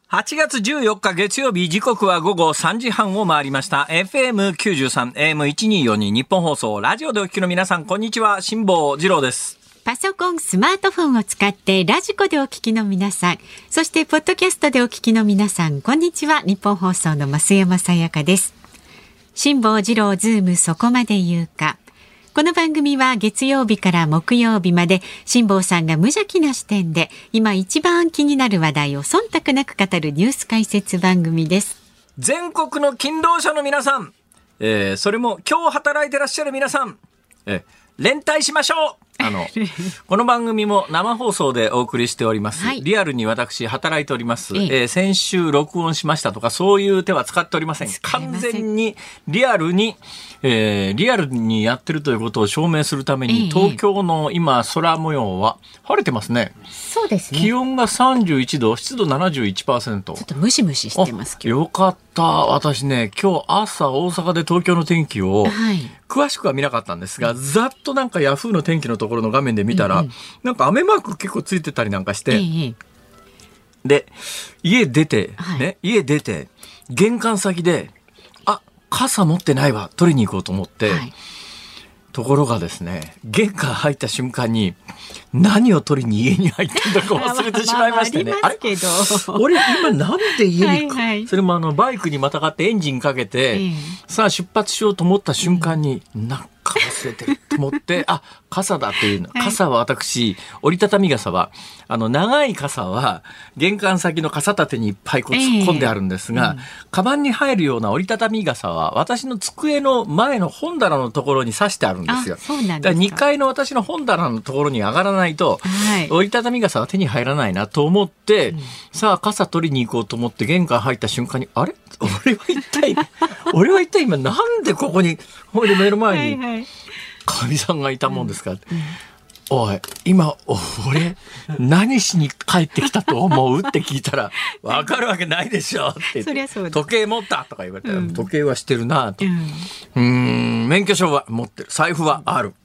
8月14日月曜日、時刻は午後3時半を回りました。FM93、AM1242 日本放送、ラジオでお聞きの皆さん、こんにちは。辛坊治郎です。 パソコン、スマートフォンを使ってラジコでお聞きの皆さん、そしてポッドキャストでお聞きの皆さん、こんにちは。日本放送の増山さやかです。辛坊治郎ズームそこまで言うか。この番組は月曜日から木曜日まで辛坊さんが無邪気な視点で今一番気になる話題を忖度なく語るニュース解説番組です。 全国の勤労者の皆さん、それも今日働いてらっしゃる皆さん、連帯しましょう。この番組も生放送でお送りしております。はい、リアルに私働いております。先週録音しましたとかそういう手は使っておりません。完全にリアルにやってるということを証明するために、東京の今空模様は晴れてますね。 そうですね。 気温が31度、湿度 71%。 ちょっとムシムシしてます。 よかった。私ね、今日朝大阪で東京の天気を、詳しくは見なかったんですが、ざっとなんかヤフーの天気のところの画面で見たら、なんか雨マーク結構ついてたりなんかして、で、家出て、玄関先で、傘持ってないわ、取りに行こうと思って、ところがですね、玄関入った瞬間に何を取りに家に入ったんだか忘れてしまいましてね。あれ俺今なんで家にそれもバイクにまたがってエンジンかけて、さあ出発しようと思った瞬間に、なんか忘れてると思って傘だというの。傘は私、折りたたみ傘は長い傘は玄関先の傘立てにいっぱいこう突っ込んであるんですが、カバンに入るような折りたたみ傘は私の机の前の本棚のところに刺してあるんですよ。 そうなんですか。 だから2階の私の本棚のところに上がらないと、折りたたみ傘は手に入らないなと思って、さあ傘取りに行こうと思って玄関入った瞬間に、あれ俺は一体今なんでここに目の前にかみさんがいたもんですか、おい今俺何しに帰ってきたと思うって聞いたら、分かるわけないでしょって言って、時計持ったとか言われたら、時計はしてるなと、免許証は持ってる、財布はある、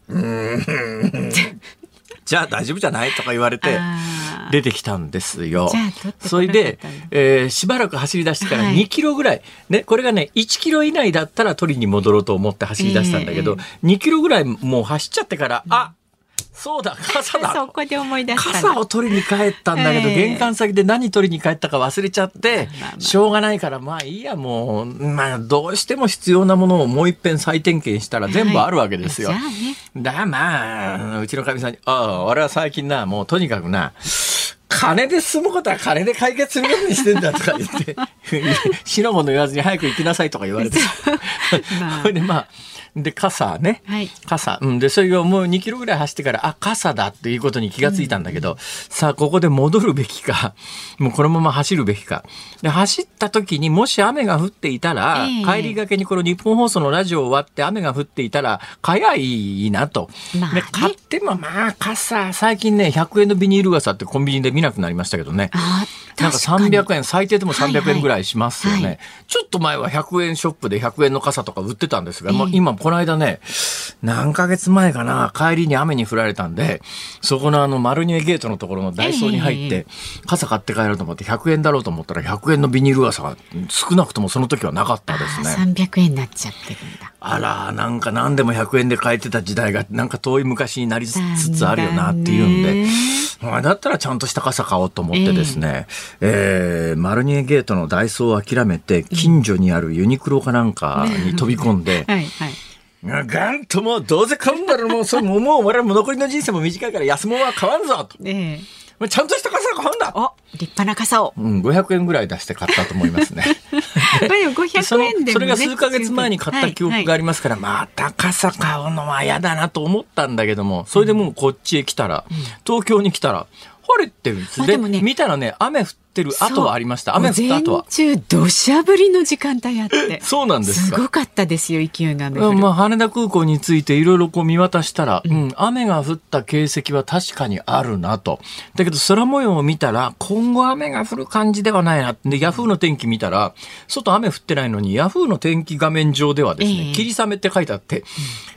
じゃあ大丈夫じゃないとか言われて出てきたんですよ。それで、しばらく走り出してから2キロぐらい、これがね1キロ以内だったら取りに戻ろうと思って走り出したんだけど、2キロぐらいもう走っちゃってから、そうだ、傘だ。 そこで思い出した。 傘を取りに帰ったんだけど、玄関先で何取りに帰ったか忘れちゃって、しょうがないから、まあいいや、もう、どうしても必要なものをもう一遍再点検したら全部あるわけですよ。うちのかみさんに、俺は最近な、もうとにかくな、金で済むことは金で解決するようにしてんだとか言って、しのごの言わずに早く行きなさいとか言われて。で、傘ね。傘。で、それがもう2キロぐらい走ってから、傘だっていうことに気がついたんだけど、さあ、ここで戻るべきか、もうこのまま走るべきか。で、走った時にもし雨が降っていたら、帰りがけにこの日本放送のラジオ終わって雨が降っていたら、早いなと。で、買っても傘、最近ね、100円のビニール傘ってコンビニで見なくなりましたけどね。なんか300円、最低でも300円ぐらいしますよね。ちょっと前は100円ショップで100円の傘とか売ってたんですが、今、この間ね、何ヶ月前かな、帰りに雨に降られたんで、そこのマルニエゲートのところのダイソーに入って、傘買って帰ろうと思って100円だろうと思ったら100円のビニール傘が少なくともその時はなかったですね。 300円になっちゃってるんだ。 なんか何でも100円で買えてた時代がなんか遠い昔になりつつあるよなっていうんで、だったらちゃんとした傘買おうと思ってですね、マルニエゲートのダイソーを諦めて近所にあるユニクロかなんかに飛び込んで、ガンともうどうせ買うんだろう、もう俺は残りの人生も短いから安物は買わんぞと。ちゃんとした傘が買うんだ。 立派な傘を。 500円ぐらい出して買ったと思いますね。 500円でもね、 それが数ヶ月前に買った記憶がありますから、また傘買うのは嫌だなと思ったんだけども、それでもうこっちへ来たら、東京に来たら、晴れてるんです。で、見たらね、雨降ってる後はありました。雨降った後は。 午前中土砂降りの時間帯あって。 そうなんですか。 すごかったですよ、勢いが雨降る。 羽田空港についていろいろ見渡したら、雨が降った形跡は確かにあるなと。だけど空模様を見たら、今後雨が降る感じではないな。で、ヤフーの天気見たら、外雨降ってないのに、ヤフーの天気画面上ではですね、霧雨って書いてあって、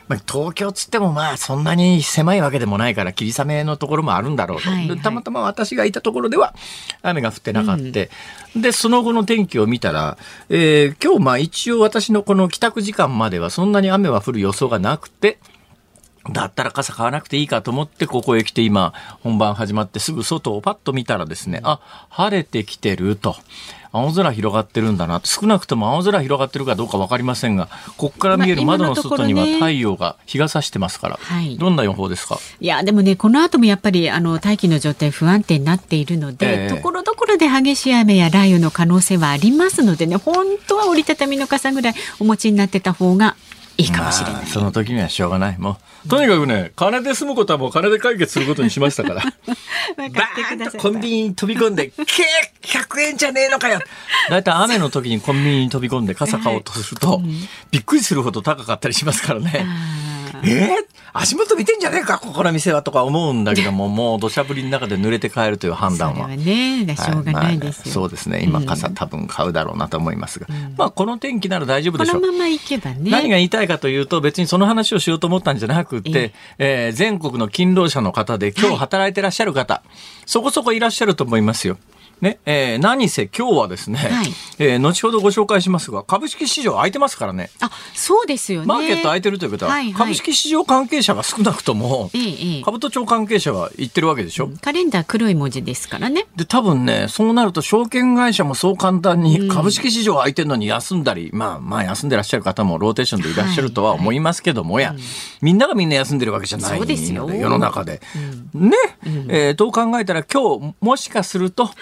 東京つってもそんなに狭いわけでもないから霧雨のところもあるんだろうと、はいはい、たまたま私がいたところでは雨が降ってなかった、でその後の天気を見たら、今日一応私のこの帰宅時間まではそんなに雨は降る予想がなくて、だったら傘買わなくていいかと思ってここへ来て、今本番始まってすぐ外をパッと見たらですね、晴れてきてると、青空広がってるんだな、少なくとも青空広がってるかどうか分かりませんが、ここから見える窓の外には太陽が日が差してますから、どんな予報ですか？ いやでもね、この後もやっぱり大気の状態不安定になっているので、ところどころで激しい雨や雷雨の可能性はありますのでね、本当は折りたたみの傘ぐらいお持ちになってた方がいいかもしれない。 その時にはしょうがない。もうとにかくね、金で済むことはもう金で解決することにしましたからバーンとコンビニに飛び込んで100円じゃねえのかよ。だいたい雨の時にコンビニに飛び込んで傘買おうとすると、びっくりするほど高かったりしますからね。足元見てんじゃねえかここの店はとか思うんだけども、もう土砂降りの中で濡れて帰るという判断はそれはね、しょうがないですよ。 そうですね、今傘多分買うだろうなと思いますが、この天気なら大丈夫でしょう。 このまま行けばね。 何が言いたいかというと、別にその話をしようと思ったんじゃなくて、全国の勤労者の方で今日働いてらっしゃる方、そこそこいらっしゃると思いますよ。ね、何せ今日はですね、後ほどご紹介しますが、株式市場空いてますからね。 そうですよね。 マーケット空いてるということは、株式市場関係者が少なくとも、株都庁関係者は言ってるわけでしょ。 カレンダー黒い文字ですからね。 で多分ね、そうなると証券会社もそう簡単に株式市場空いてるのに休んだり、休んでらっしゃる方もローテーションでいらっしゃるとは思いますけども、みんながみんな休んでるわけじゃないので、世の中で、と考えたら今日もしかすると、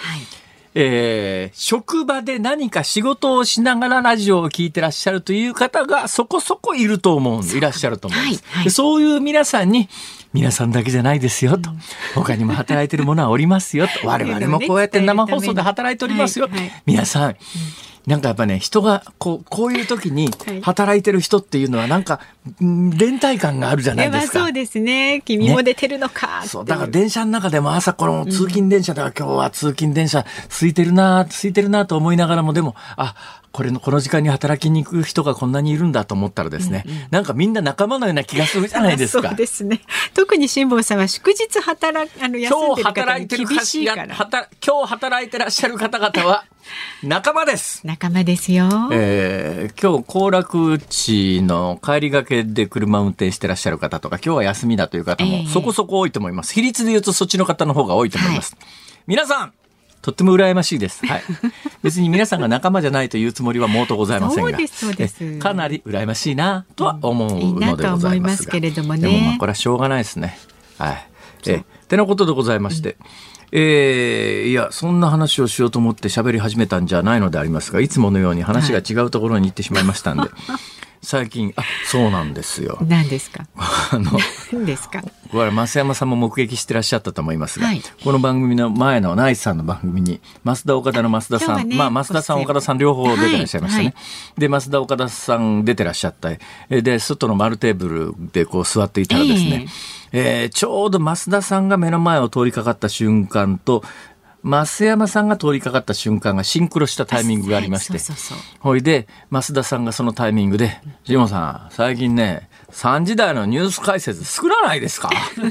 職場で何か仕事をしながらラジオを聞いてらっしゃるという方がそこそこいると思うんで、いらっしゃると思うんです。でそういう皆さんに、皆さんだけじゃないですよと、他にも働いてる者はおりますよと、我々もこうやって生放送で働いておりますよ、皆さん。なんかやっぱね、人がこういう時に働いてる人っていうのはなんか連帯感があるじゃないですか。 そうですね。君も出てるのかって、 そうだから電車の中でも朝この通勤電車では、今日は通勤電車空いてるなと思いながらも、でもこの時間に働きに行く人がこんなにいるんだと思ったらですね、なんかみんな仲間のような気がするじゃないですか。 そうですね。特に辛坊さんは祝日休んでる方に厳しいから。 今日働いてらっしゃる方々は仲間です。 仲間ですよ。 今日行楽地の帰りがけで車運転してらっしゃる方とか、今日は休みだという方もそこそこ多いと思います。比率で言うとそっちの方の方が多いと思います。皆さんとっても羨ましいです。別に皆さんが仲間じゃないというつもりは毛頭ございませんが、 そうです。 かなり羨ましいなとは思うのでございますが、 けれどもね。 でもこれはしょうがないですね。ってなことでございまして、いやそんな話をしようと思って喋り始めたんじゃないのでありますが、いつものように話が違うところに行ってしまいましたんで、最近そうなんですよ。 何ですか？何ですか？ これ増山さんも目撃してらっしゃったと思いますが、この番組の前のナイツさんの番組に増田岡田の増田さん、増田さん岡田さん両方出てらっしゃいましたね。で増田岡田さん出てらっしゃった。で外の丸テーブルでこう座っていたらですね、ちょうど増田さんが目の前を通りかかった瞬間と増山さんが通りかかった瞬間がシンクロしたタイミングがありまして、ほいで増田さんがそのタイミングで、ジモさん最近ね3時台のニュース解説作らないですか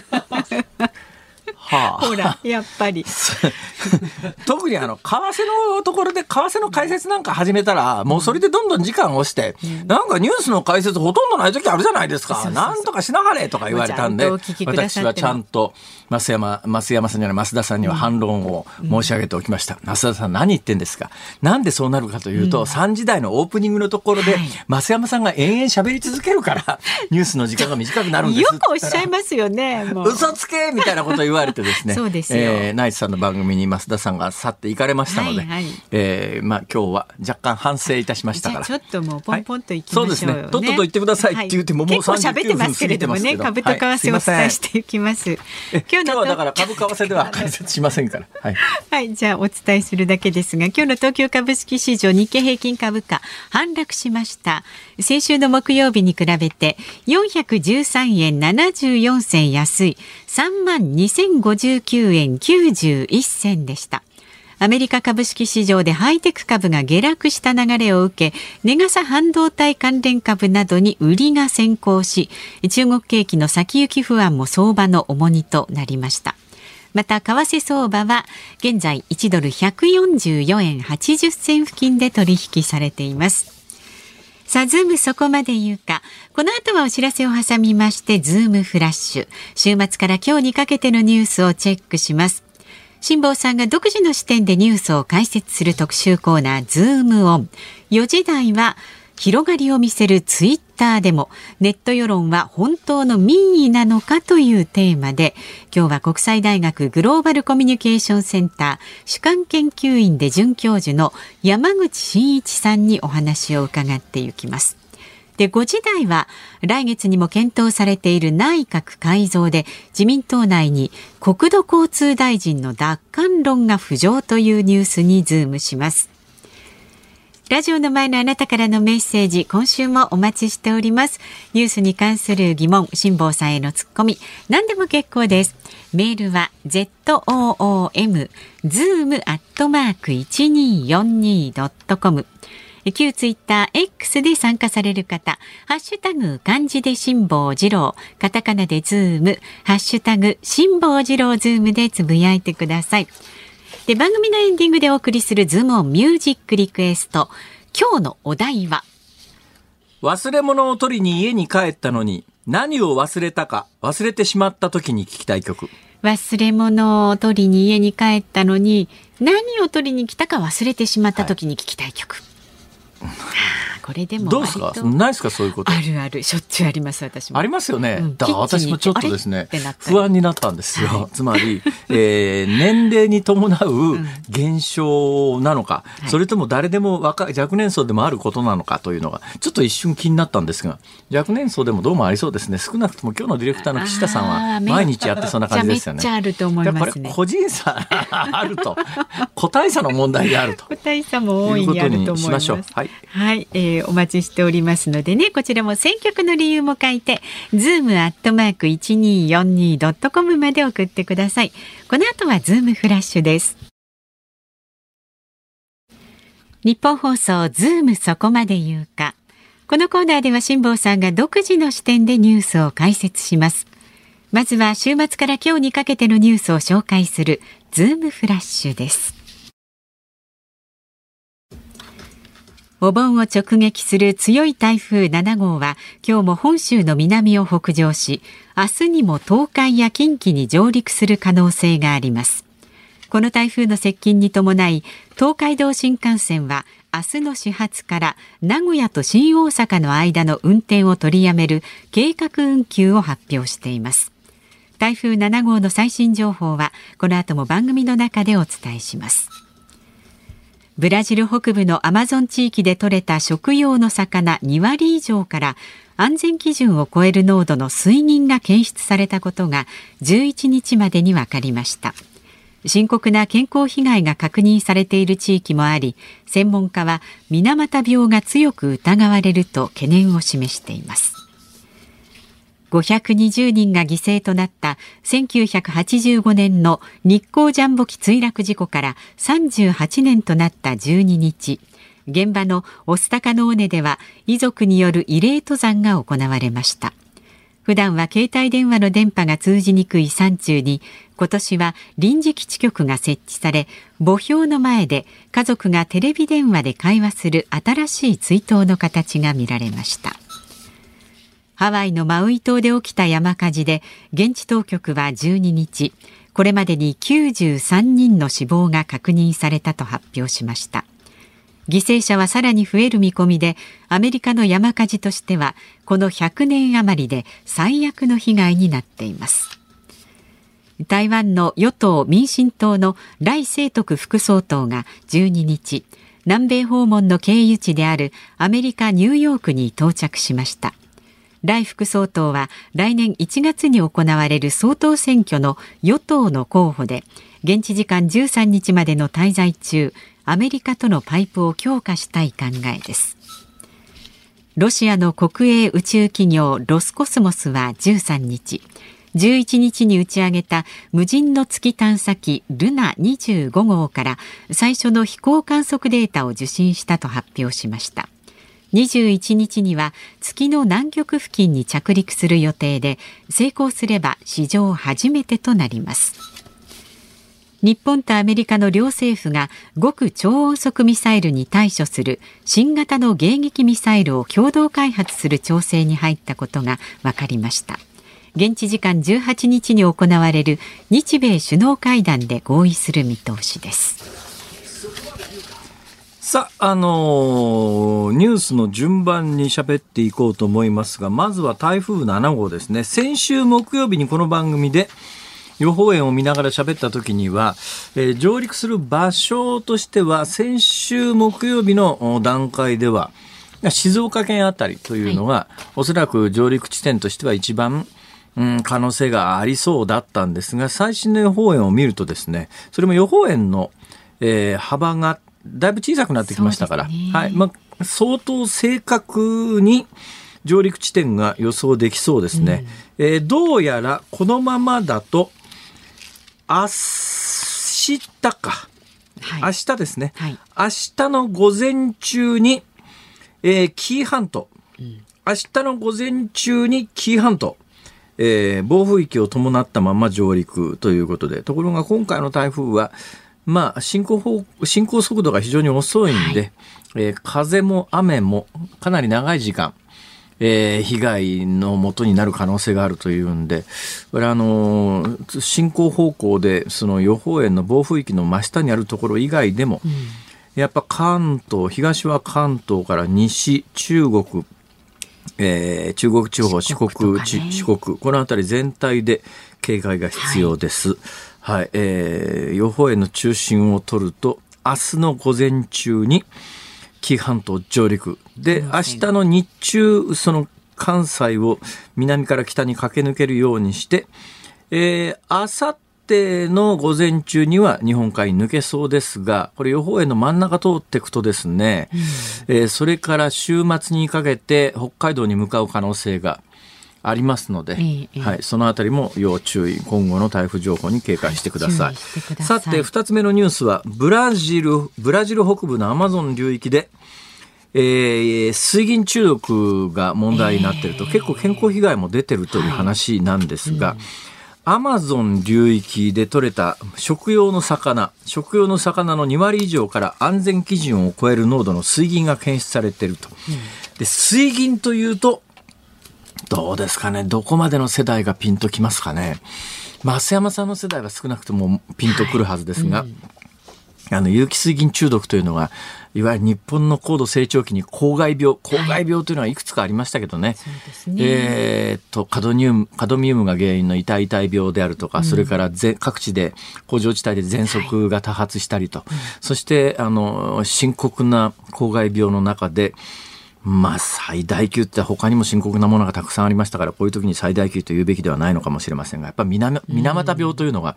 ほらやっぱり特に為替のところで為替の解説なんか始めたら、もうそれでどんどん時間を押して、なんかニュースの解説ほとんどない時あるじゃないですか。なんとかしなはれとか言われたんで、私はちゃんと増山さんじゃない増田さんには反論を申し上げておきました。増田さん何言ってんですか。なんでそうなるかというと、3時台のオープニングのところで増山さんが延々喋り続けるからニュースの時間が短くなるんです。 よくおっしゃいますよね。もう嘘つけみたいなこと言われてですね、 そうですよ。 ナイツさんの番組に増田さんが去っていかれましたので、今日は若干反省いたしましたから、 じゃあちょっともうポンポンといきましょうよね。 そうですね。とっとと言ってくださいって言っても、もう結構喋ってますけれどもね、株と為替をお伝えしていきます。 今日はだから株為替では解説しませんから。 じゃあお伝えするだけですが、今日の東京株式市場日経平均株価反落しました。先週の木曜日に比べて413円74銭安い 32,059円91銭でした。 アメリカ株式市場でハイテク株が下落した流れを受け、値傘半導体関連株などに売りが先行し、中国景気の先行き不安も相場の重荷となりました。また為替相場は現在1ドル144円80銭付近で取引されています。さあズームそこまで言うか。この後はお知らせを挟みましてズームフラッシュ、週末から今日にかけてのニュースをチェックします。辛坊さんが独自の視点でニュースを解説する特集コーナーズームオン。4時台は広がりを見せるツイッターでもネット世論は本当の民意なのかというテーマで、今日は国際大学グローバルコミュニケーションセンター主幹研究員で准教授の山口真一さんにお話を伺っていきます。で、5時台は来月にも検討されている内閣改造で自民党内に国土交通大臣の奪還論が浮上というニュースにズームします。ラジオの前のあなたからのメッセージ、今週もお待ちしております。ニュースに関する疑問、辛坊さんへのツッコミ、何でも結構です。メールは zoom@1242.com、旧ツイッター X で参加される方、ハッシュタグ漢字で辛坊治郎、カタカナでズーム、ハッシュタグ辛坊治郎ズームでつぶやいてください。で、番組のエンディングでお送りするズームオンミュージックリクエスト、今日のお題は、 忘れ物を取りに家に帰ったのに何を忘れたか忘れてしまった時に聞きたい曲。 忘れ物を取りに家に帰ったのに何を取りに来たか忘れてしまった時に聞きたい曲、これでもどうですか？ないですか？そういうこと。 あるある、しょっちゅうあります。私もありますよね。だから私もちょっとですね、不安になったんですよ。はい、つまり、年齢に伴う現象なのか、それとも誰でも若年層でもあることなのかというのがちょっと一瞬気になったんですが、若年層でもどうもありそうですね。少なくとも今日のディレクターの岸田さんは毎日やってそうな感じですよね。 めっちゃあると思いますね。 これ個人差あると、個体差の問題であると。 個体差も大いにあると思います。 はい、 はい、お待ちしておりますのでね、こちらも選曲の理由も書いて zoom@1242.com まで送ってください。この後はズームフラッシュです。日本放送ズームそこまで言うか。このコーナーでは辛坊さんが独自の視点でニュースを解説します。まずは週末から今日にかけてのニュースを紹介するズームフラッシュです。お盆を直撃する強い台風7号は今日も本州の南を北上し、明日にも東海や近畿に上陸する可能性があります。この台風の接近に伴い、東海道新幹線は明日の始発から名古屋と新大阪の間の運転を取りやめる計画運休を発表しています。台風7号の最新情報はこの後も番組の中でお伝えします。ブラジル北部のアマゾン地域で採れた食用の魚2割以上から安全基準を超える濃度の水銀が検出されたことが11日までに分かりました。深刻な健康被害が確認されている地域もあり、専門家は水俣病が強く疑われると懸念を示しています。520人が犠牲となった1985年の日航ジャンボ機墜落事故から38年となった12日、現場の御巣鷹の尾根では遺族による慰霊登山が行われました。普段は携帯電話の電波が通じにくい山中に、今年は臨時基地局が設置され、墓標の前で家族がテレビ電話で会話する新しい追悼の形が見られました。ハワイのマウイ島で起きた山火事で、現地当局は12日、これまでに93人の死亡が確認されたと発表しました。犠牲者はさらに増える見込みで、アメリカの山火事としてはこの100年余りで最悪の被害になっています。台湾の与党民進党の頼清徳副総統が12日、南米訪問の経由地であるアメリカ・ニューヨークに到着しました。頼副総統は来年1月に行われる総統選挙の与党の候補で、現地時間13日までの滞在中、アメリカとのパイプを強化したい考えです。ロシアの国営宇宙企業ロスコスモスは13日、 11日に打ち上げた無人の月探査機ルナ25号から最初の飛行観測データを受信したと発表しました。21日には月の南極付近に着陸する予定で、成功すれば史上初めてとなります。日本とアメリカの両政府が極超音速ミサイルに対処する新型の迎撃ミサイルを共同開発する調整に入ったことが分かりました。現地時間18日に行われる日米首脳会談で合意する見通しです。 さあ、ニュースの順番に喋っていこうと思いますが、まずは台風7号ですね。先週木曜日にこの番組で予報円を見ながら喋った時には、上陸する場所としては先週木曜日の段階では静岡県あたりというのが、おそらく上陸地点としては一番可能性がありそうだったんですが、最新の予報円を見るとですね、それも予報円の、幅がだいぶ小さくなってきましたから、相当正確に上陸地点が予想できそうですね。どうやらこのままだと明日ですね、明日の午前中に、紀伊半島、明日の午前中に紀伊半島、暴風域を伴ったまま上陸ということで、ところが今回の台風は進行速度が非常に遅いんで、風も雨もかなり長い時間、被害の元になる可能性があるというんで、これ進行方向でその予報円の暴風域の真下にあるところ以外でも、やっぱ関東、東は関東から西、中国地方、四国、この辺り全体で警戒が必要です。予報円の中心を取ると、明日の午前中に紀伊半島上陸で、明日の日中、その関西を南から北に駆け抜けるようにして、明後日の午前中には日本海に抜けそうですが、これ予報円の真ん中通っていくとですね、それから週末にかけて北海道に向かう可能性がありますので、そのあたりも要注意、今後の台風情報に警戒してください。さて、2つ目のニュースはブラジル北部のアマゾン流域で、水銀中毒が問題になっていると、結構健康被害も出ているという話なんですが、アマゾン流域で取れた食用の魚の2割以上から安全基準を超える濃度の水銀が検出されていると。で、水銀というとどうですかね、どこまでの世代がピンときますかね。増山さんの世代は少なくともピンとくるはずですが、有機水銀中毒というのがいわゆる日本の高度成長期に公害病というのはいくつかありましたけどね、カドミウムが原因の痛い病であるとか、それから各地で工場地帯で喘息が多発したりと、そして深刻な公害病の中で最大級って他にも深刻なものがたくさんありましたから、こういう時に最大級と言うべきではないのかもしれませんが、やっぱり水俣病というのは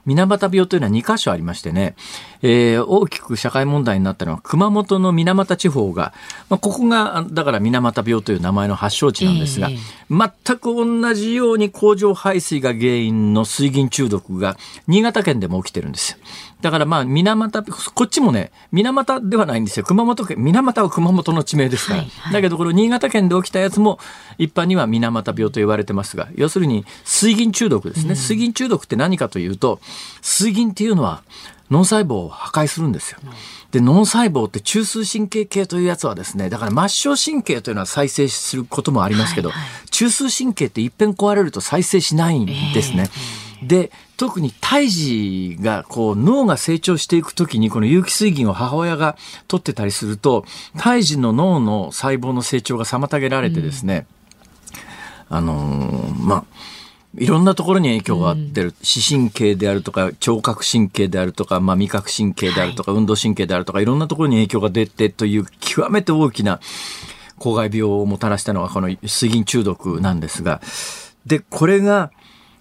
2カ所ありましてね、大きく社会問題になったのは熊本の水俣地方が、ここがだから水俣病という名前の発祥地なんですが、全く同じように工場排水が原因の水銀中毒が新潟県でも起きてるんですよ。だから水俣、こっちもね、水俣ではないんですよ。水俣は熊本の地名ですから。だけどこれ新潟県で起きたやつも一般には水俣病と言われてますが、要するに水銀中毒ですね。水銀中毒って何かというと、水銀っていうのは脳細胞を破壊するんですよ。で、脳細胞って中枢神経系というやつはですね、だから末梢神経というのは再生することもありますけど、中枢神経って一遍壊れると再生しないんですね。で、特に胎児が脳が成長していくときにこの有機水銀を母親が取ってたりすると、胎児の脳の細胞の成長が妨げられてですね、いろんなところに影響が出る。視神経であるとか、聴覚神経であるとか、味覚神経であるとか、運動神経であるとか、いろんなところに影響が出てという極めて大きな公害病をもたらしたのがこの水銀中毒なんですが、で、これが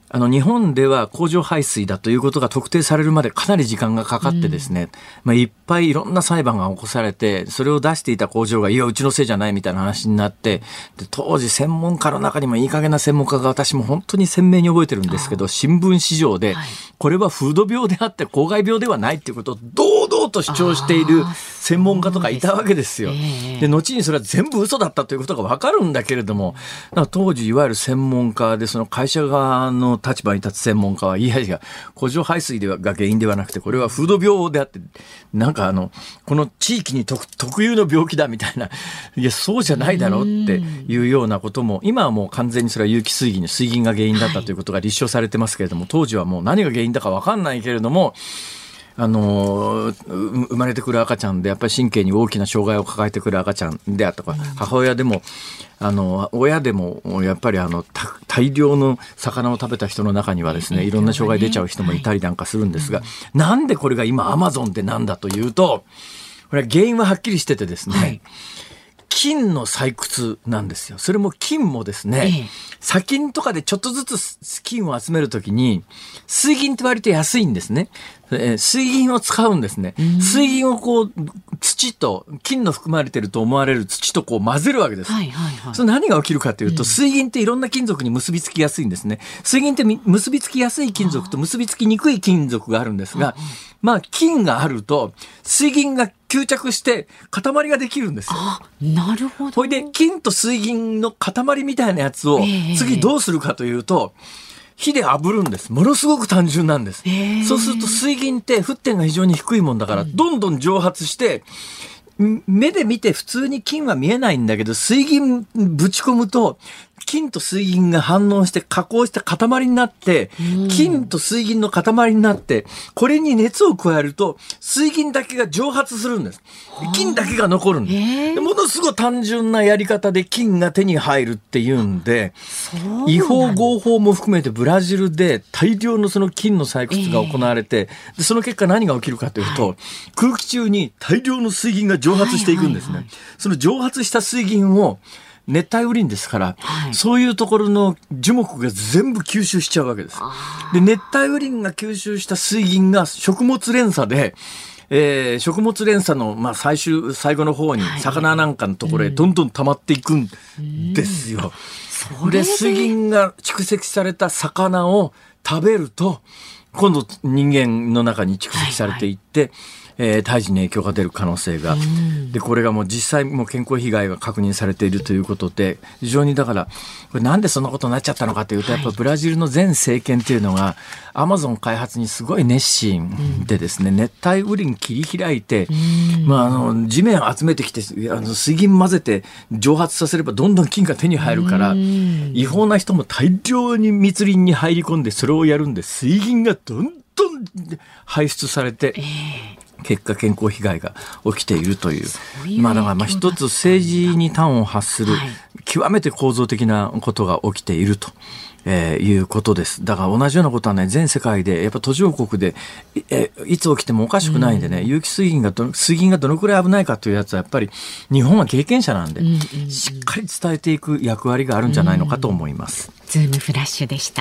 日本では工場排水だということが特定されるまでかなり時間がかかってですね、いっぱいいろんな裁判が起こされて、それを出していた工場がいやうちのせいじゃないみたいな話になって、で当時専門家の中にもいい加減な専門家が、私も本当に鮮明に覚えてるんですけど、新聞紙上で、これは風土病であって公害病ではないっていうことを堂々と主張している専門家とかいたわけですよ。で後にそれは全部嘘だったということが分かるんだけれども、当時いわゆる専門家でその会社側の立場に立つ専門家はいやいや工場排水が原因ではなくてこれは風土病であって、なんかこの地域に特有の病気だみたいな、いやそうじゃないだろうっていうようなことも、今はもう完全にそれは有機水銀が原因だったということが立証されてますけれども、当時はもう何が原因だか分かんないけれども、生まれてくる赤ちゃんでやっぱり神経に大きな障害を抱えてくる赤ちゃんであったとか、母親でも親でもやっぱり大量の魚を食べた人の中にはですね、いろんな障害出ちゃう人もいたりなんかするんですが、なんでこれが今アマゾンでなんだというと、これは原因ははっきりしててですね、金の採掘なんですよ。それも金もですね、砂金とかでちょっとずつ金を集めるときに水銀って割と安いんですね。水銀を使うんですね。水銀をこう土と金の含まれていると思われる土とこう混ぜるわけです。それ何が起きるかというと、水銀っていろんな金属に結びつきやすいんですね。水銀って結びつきやすい金属と結びつきにくい金属があるんですが、金があると水銀が吸着して塊ができるんですよ。 なるほど。 それで金と水銀の塊みたいなやつを次どうするかというと、火で炙るんです。ものすごく単純なんです。そうすると水銀って沸点が非常に低いもんだからどんどん蒸発して、目で見て普通に金は見えないんだけど、水銀ぶち込むと金と水銀が反応して加工して塊になって、金と水銀の塊になって、これに熱を加えると水銀だけが蒸発するんです。金だけが残るんです。ものすごい単純なやり方で金が手に入るっていうんで、違法合法も含めてブラジルで大量のその金の採掘が行われて、でその結果何が起きるかというと、空気中に大量の水銀が蒸発していくんですね。その蒸発した水銀を熱帯雨林ですから、そういうところの樹木が全部吸収しちゃうわけです。で、熱帯雨林が吸収した水銀が食物連鎖で、食物連鎖の、最後の方に魚なんかのところへどんどん溜まっていくんですよ。で、水銀が蓄積された魚を食べると、今度人間の中に蓄積されていって、胎児に影響が出る可能性が、でこれがもう実際もう健康被害が確認されているということで、非常にだからこれなんでそんなことになっちゃったのかというと、やっぱブラジルの前政権というのがアマゾン開発にすごい熱心でですね、熱帯雨林切り開いて、地面集めてきて水銀混ぜて蒸発させればどんどん金が手に入るから、違法な人も大量に密林に入り込んでそれをやるんで、水銀がどんどん排出されて、結果健康被害が起きているという、だから一つ政治に端を発する極めて構造的なことが起きているということです。だから同じようなことはね、全世界でやっぱ途上国でいつ起きてもおかしくないんでね、有機水銀がどのくらい危ないかというやつはやっぱり日本は経験者なんで、しっかり伝えていく役割があるんじゃないのかと思います。 ズームフラッシュでした。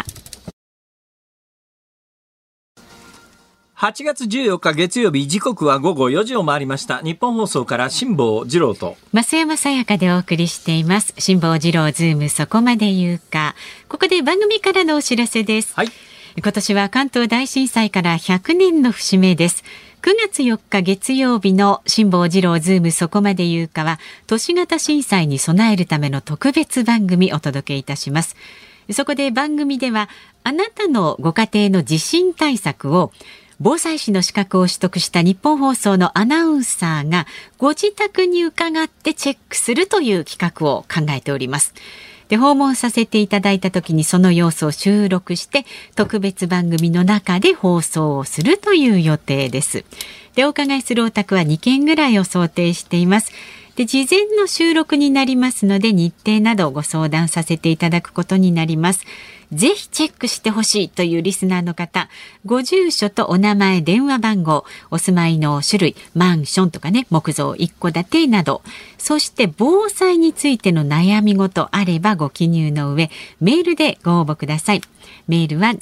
8月14日月曜日、時刻は午後4時を回りました。日本放送から辛坊治郎と増山さやかでお送りしています。辛坊治郎ズームそこまで言うか。ここで番組からのお知らせです。今年は関東大震災から100年の節目です。9月4日月曜日の辛坊治郎ズームそこまで言うかは、都市型震災に備えるための特別番組お届けいたします。そこで番組では、あなたのご家庭の地震対策を防災士の資格を取得した日本放送のアナウンサーがご自宅に伺ってチェックするという企画を考えております。で、訪問させていただいた時にその様子を収録して特別番組の中で放送をするという予定です。で、お伺いするお宅は2件ぐらいを想定しています。で、事前の収録になりますので日程などご相談させていただくことになります。 ぜひチェックしてほしいというリスナーの方、ご住所とお名前、電話番号、お住まいの種類、マンションとかね、木造一戸建てなど、そして防災についての悩み事あればご記入の上、メールでご応募ください。メールは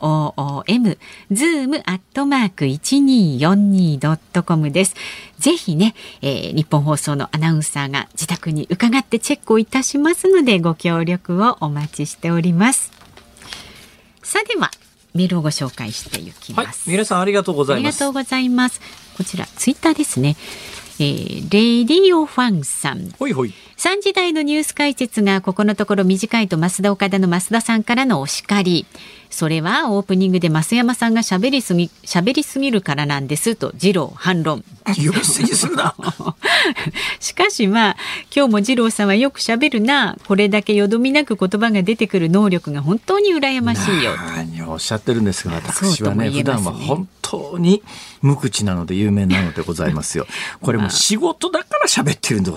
zoom@1242.com です。ぜひね、日本放送のアナウンサーが自宅に伺ってチェックをいたしますので、ご協力をお待ちしております。さあではメールをご紹介していきます。 皆さんありがとうございます。 ありがとうございます。こちらツイッターですね。レディオファンさん。 ほいほい。 3時台のニュース解説がここのところ短いと増田岡田の増田さんからのお叱り。それはオープニングで増山さんが喋りすぎるからなんですと次郎反論。 呼びすぎするな。 しかし今日も次郎さんはよく喋るな。これだけよどみなく言葉が出てくる能力が本当に羨ましいよ。 何をおっしゃってるんですが、私はね、普段は本当に無口なので有名なのでございますよ。これも仕事だから喋ってるんです。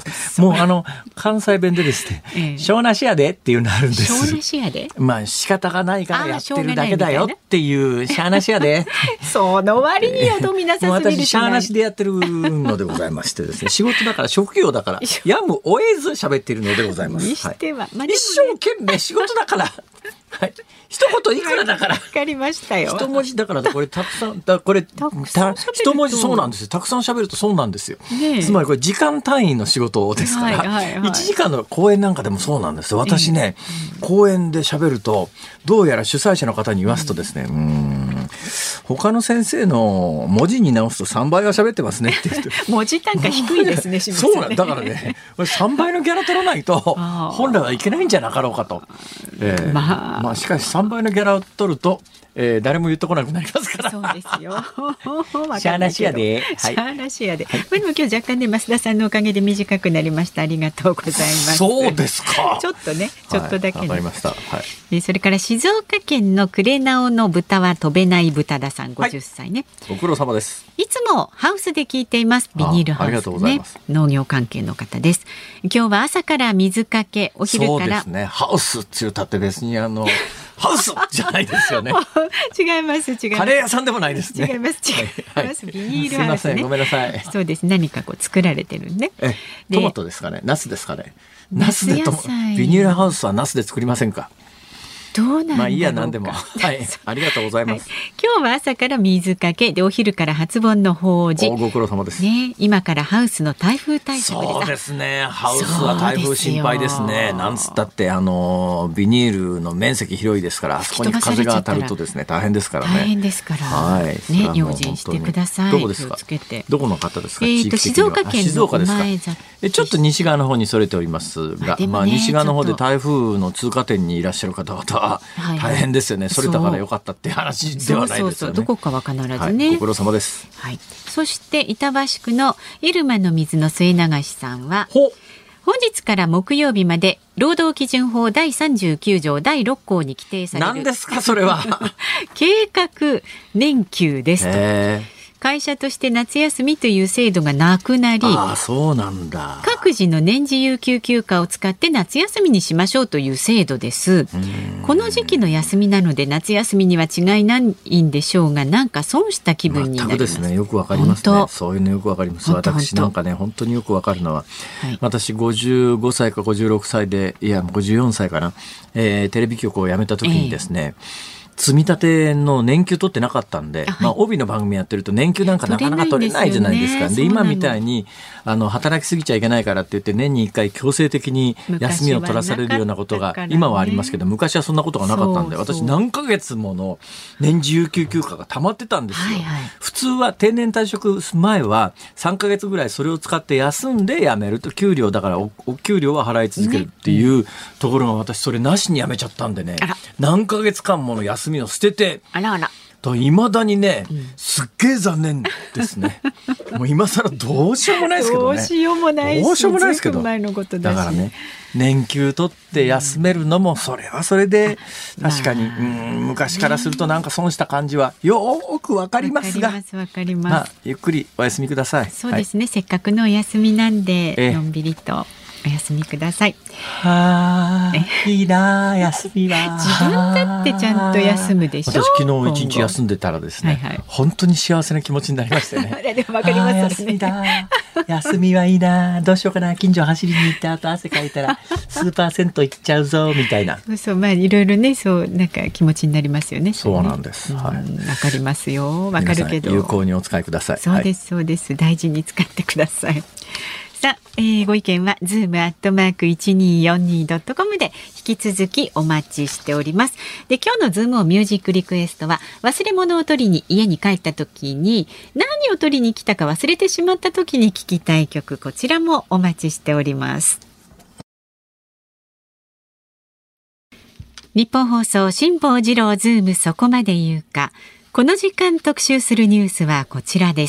もう関西弁でですね、小なしやでっていうのあるんです。 小なしやで。 仕方がないからやってるだけだよっていうしゃーなしやで。 その割によどみなさすぎる。 私しゃーなしでやってるのでございましてですね、仕事だから職業だからやむを得ず喋っているのでございます。 にしては、 一生懸命仕事だから。はい、一言いくらだから。 わかりましたよ。 一文字だからこれたくさんこれ一文字そうなんですよ。たくさん喋るとそうなんですよ。つまりこれ時間単位の仕事ですから、1時間の講演なんかでもそうなんですよ。私ね、講演で喋るとどうやら主催者の方に言わすとですね、他の先生の文字に直すと3倍は喋ってますねって言って。 文字単価低いですね。 そうなんだからね、3倍のギャラ取らないと本来はいけないんじゃなかろうかと。しかし3倍のギャラを取ると、誰も言ってこなくなりますから。 そうですよ。 しゃーなしやで。 しゃーなしやで。でも今日若干ね、増田さんのおかげで短くなりました。ありがとうございます。 そうですか。 ちょっとね、ちょっとだけ、ね。 わかりました。 それから静岡県のクレナオの豚は飛べない豚田さん50歳ね。 ご苦労様です。 いつもハウスで聞いています。ビニールハウス、ね。ありがとうございます。農業関係の方です。今日は朝から水かけ、お昼から。そうですね。 ハウスって言ったって別にハウスじゃないですよね。 違います。 カレー屋さんでもないですね。 違います。ビニールハウスね。 すみません、ごめんなさい。 そうです。何かこう作られてるね。 トマトですかね。ナスですかね。ナスでビニールハウスはナスで作りませんか。 どうなんだろうか。 いいや、何でも。はい、ありがとうございます。 今日は朝から水かけで、お昼から初盆の法事。 ご苦労様です。 ね、今からハウスの台風対策です。 そうですね。ハウスは台風心配ですね。なんつったってビニールの面積広いですから、あそこに風が当たるとですね、大変ですからね。 大変ですから。はい。ね、用心してください。 どこですか。どこの方ですか。 静岡県の御前崎。 ちょっと西側の方にそれておりますが、西側の方で台風の通過点にいらっしゃる方々は大変ですよね。それだから良かったって話ではないですよね。 どこかは必ずね。 ご苦労様です。 はい。そして板橋区の入間の水の末流さんは、本日から木曜日まで労働基準法第39条第6項に規定される。 何ですかそれは。 計画年休ですと。会社として夏休みという制度がなくなり、 そうなんだ。 各自の年次有給休暇を使って夏休みにしましょうという制度です。この時期の休みなので夏休みには違いないんでしょうが、なんか損した気分になります。 ですね。よくわかりますね。そういうのよくわかります。私なんかね、本当によくわかるのは、私55歳か56歳で、いや54歳かな、テレビ局を辞めた時にですね、積み立ての年給取ってなかったんで、帯の番組やってると年給なんかなかなか取れないじゃないですか。で、今みたいに働きすぎちゃいけないからって言って年に1回強制的に休みを取らされるようなことが今はありますけど、昔はそんなことがなかったんで、私何ヶ月もの年次有給休暇が溜まってたんですよ。普通は定年退職前は3ヶ月ぐらいそれを使って休んで辞めると、給料だからお給料は払い続けるっていうところが、私それなしに辞めちゃったんでね、何ヶ月間もの休みを捨てて、と未だにね、すっげえ残念ですね。もう今更どうしようもないですけどね。 どうしようもないですけど。 前のことだからね、年給取って休めるのもそれはそれで確かに、昔からするとなんか損した感じはよーくわかりますが、 わかります。 ゆっくりお休みください。 そうですね。せっかくのお休みなんで、のんびりと。 お休みください。 はあ、いいな休みは。 自分だってちゃんと休むでしょ。 私昨日一日休んでたらですね、はいはい、本当に幸せな気持ちになりましたよね。 でもわかりますね。 休みだ、休みはいいな、どうしようかな、近所走りに行った後汗かいたらスーパー銭湯行っちゃうぞみたいな。 そう、まあいろいろね、そうなんか気持ちになりますよね。 そうなんです。はい。 わかりますよ。わかるけど。 有効にお使いください。 そうです、そうです。大事に使ってください。さあ、ご意見は zoom@1242.com で引き続きお待ちしております。で、今日のズームをミュージックリクエストは、忘れ物を取りに家に帰った時に何を取りに来たか忘れてしまった時に聴きたい曲、こちらもお待ちしております。日本放送辛坊治郎ズームそこまで言うか。この時間特集するニュースはこちらです。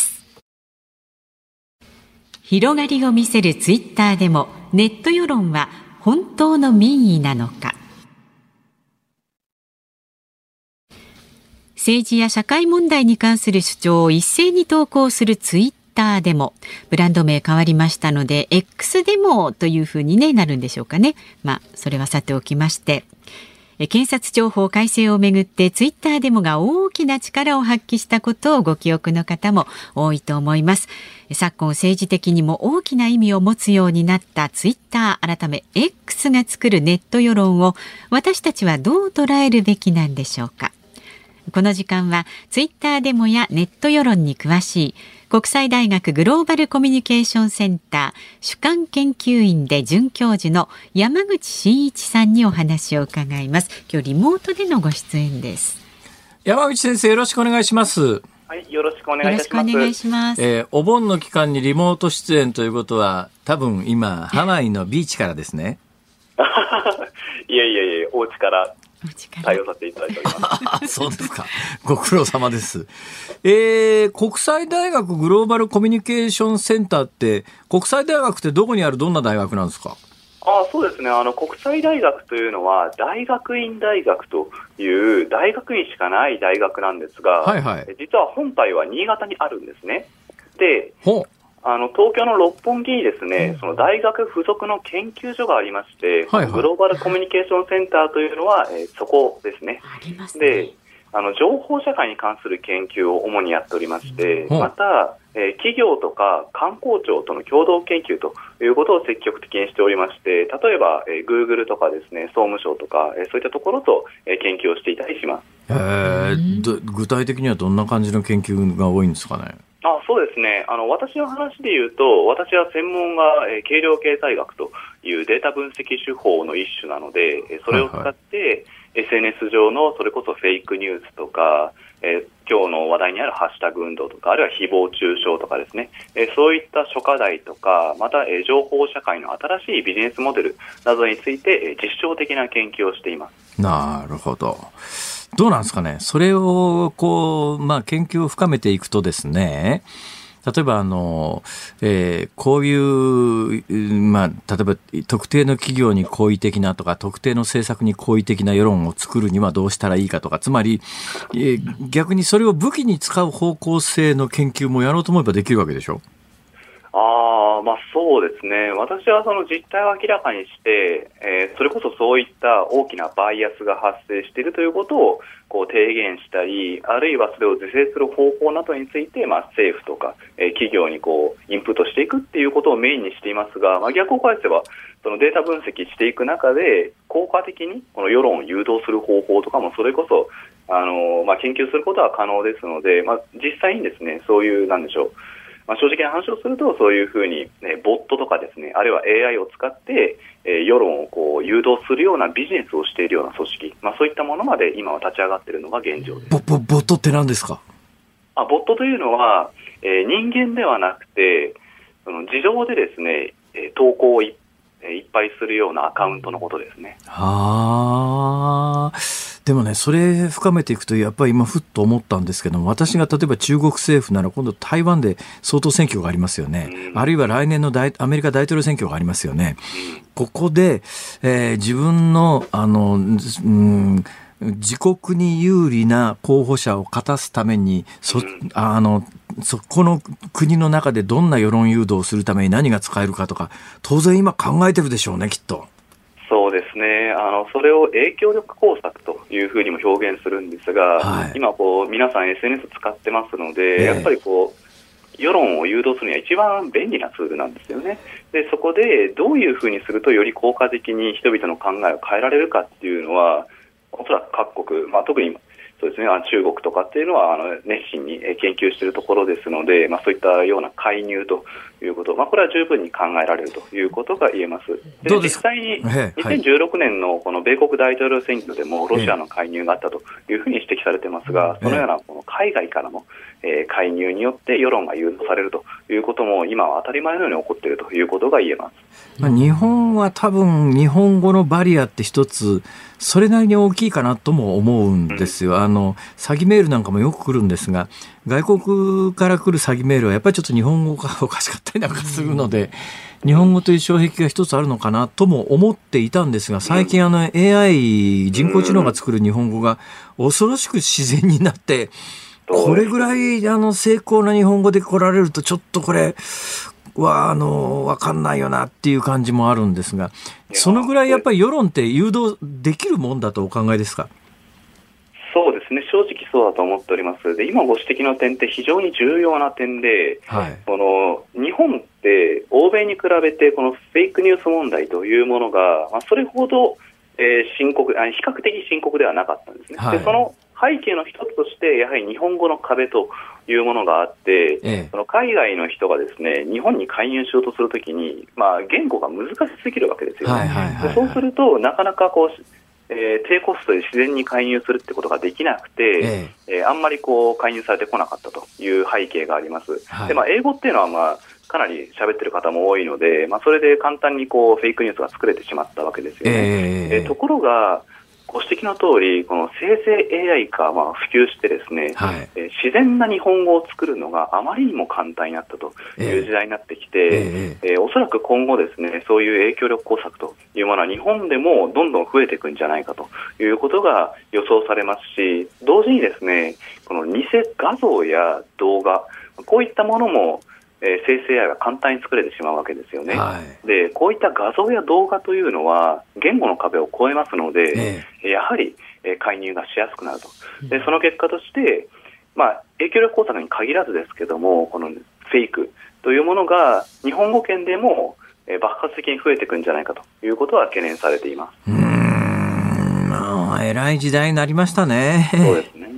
広がりを見せるツイッターでもネット世論は本当の民意なのか。政治や社会問題に関する主張を一斉に投稿するツイッターでも、ブランド名変わりましたので X デモというふうに、なるんでしょうかね。それはさておきまして、検察庁法改正をめぐってツイッターデモが大きな力を発揮したことをご記憶の方も多いと思います。昨今政治的にも大きな意味を持つようになったツイッター改め X が作るネット世論を私たちはどう捉えるべきなんでしょうか。この時間はツイッターデモやネット世論に詳しい国際大学グローバルコミュニケーションセンター主幹研究員で准教授の山口真一さんにお話を伺います。今日リモートでのご出演です。 山口先生、よろしくお願いします。 はい、よろしくお願いいたします。よろしくお願いします。 お盆の期間にリモート出演ということは、多分今ハワイのビーチからですね。 いや、お家から対応させていただいております。 そうですか。ご苦労様です。国際大学グローバルコミュニケーションセンターって、国際大学ってどこにあるどんな大学なんですか？ そうですね。国際大学というのは大学院大学という大学院しかない大学なんですが、はいはい、実は本体は新潟にあるんですね。で、東京の六本木にですね、その大学附属の研究所がありまして、はいはい、グローバルコミュニケーションセンターというのは、そこですね。 ありますね。 で、情報社会に関する研究を主にやっておりまして、また、企業とか観光庁との共同研究ということを積極的にしておりまして、例えば、Google とかですね、総務省とか、そういったところと、研究をしていたりします。 具体的にはどんな感じの研究が多いんですかね？ そうですね。私の話で言うと、私は専門が、計量経済学というデータ分析手法の一種なので、それを使って、SNS 上のそれこそフェイクニュースとか、今日の話題にあるハッシュタグ運動とか、あるいは誹謗中傷とかですね、そういった諸課題とか、また、情報社会の新しいビジネスモデルなどについて、実証的な研究をしています。 なるほど。どうなんですかね。それを研究を深めていくとですね、例えばこういう、例えば特定の企業に好意的なとか、特定の政策に好意的な世論を作るにはどうしたらいいかとか、つまり、逆にそれを武器に使う方向性の研究もやろうと思えばできるわけでしょ？ そうですね。私はその実態を明らかにして、それこそそういった大きなバイアスが発生しているということを提言したり、あるいはそれを是正する方法などについて、政府とか、企業にインプットしていくっていうことをメインにしていますが、逆を返せばそのデータ分析していく中で効果的にこの世論を誘導する方法とかもそれこそ研究することは可能ですので、実際にですね、そういう正直な話をすると、そういうふうに、ボットとかですね、あるいは AI を使って、世論を誘導するようなビジネスをしているような組織、そういったものまで今は立ち上がっているのが現状です。 ボットって何ですか？ ボットというのは、人間ではなくて、自動でですね、投稿をいっぱいするようなアカウントのことですね。 でもね、それ深めていくと、やっぱり今ふっと思ったんですけども、私が例えば中国政府なら今度台湾で総統選挙がありますよね。あるいは来年のアメリカ大統領選挙がありますよね。ここで、自分の自国に有利な候補者を勝たすためにそこの国の中でどんな世論誘導をするために何が使えるかとか、当然今考えてるでしょうね、きっと。 そうですね。それを影響力工作というふうにも表現するんですが、今皆さん SNS 使ってますので、やっぱり世論を誘導するには一番便利なツールなんですよね。で、そこでどういうふうにするとより効果的に人々の考えを変えられるかっていうのは、おそらく各国、特にそうですね、中国とかっていうのは熱心に研究しているところですので、そういったような介入ということ、これは十分に考えられるということが言えます。で、実際に2016年のこの米国大統領選挙でもロシアの介入があったというふうに指摘されていますが、そのようなこの海外からの介入によって世論が誘導されるということも今は当たり前のように起こっているということが言えます。 日本は多分日本語のバリアって一つそれなりに大きいかなとも思うんですよ。詐欺メールなんかもよく来るんですが、外国から来る詐欺メールはやっぱりちょっと日本語がおかしかったりなんかするので、日本語という障壁が一つあるのかなとも思っていたんですが、最近AI 人工知能が作る日本語が恐ろしく自然になって、これぐらい精巧な日本語で来られるとちょっとこれは分かんないよなっていう感じもあるんですが、そのぐらいやっぱり世論って誘導できるもんだとお考えですか？ そうですね、正直そうだと思っております。で、今ご指摘の点って非常に重要な点で、日本って欧米に比べてこのフェイクニュース問題というものが、それほど、比較的深刻ではなかったんですね。で、その背景の一つとしてやはり日本語の壁というものがあって、その海外の人がですね、日本に介入しようとするときに、言語が難しすぎるわけですよね。で、そうするとなかなか低コストで自然に介入するってことができなくて、あんまり介入されてこなかったという背景があります。で、英語っていうのはかなり喋ってる方も多いので、それで簡単にフェイクニュースが作れてしまったわけですよね。ところがご指摘の通り、この生成 AI が普及してですね、自然な日本語を作るのがあまりにも簡単になったという時代になってきて、おそらく今後ですね、そういう影響力工作というものは日本でもどんどん増えていくんじゃないかということが予想されますし、同時にですね、この偽画像や動画、こういったものも生成 AI が簡単に作れてしまうわけですよね。で、こういった画像や動画というのは言語の壁を越えますので、やはり介入がしやすくなると。で、その結果として、影響力工作に限らずですけども、このフェイクというものが日本語圏でも爆発的に増えていくんじゃないかということは懸念されています。 偉い時代になりましたね。 そうですね。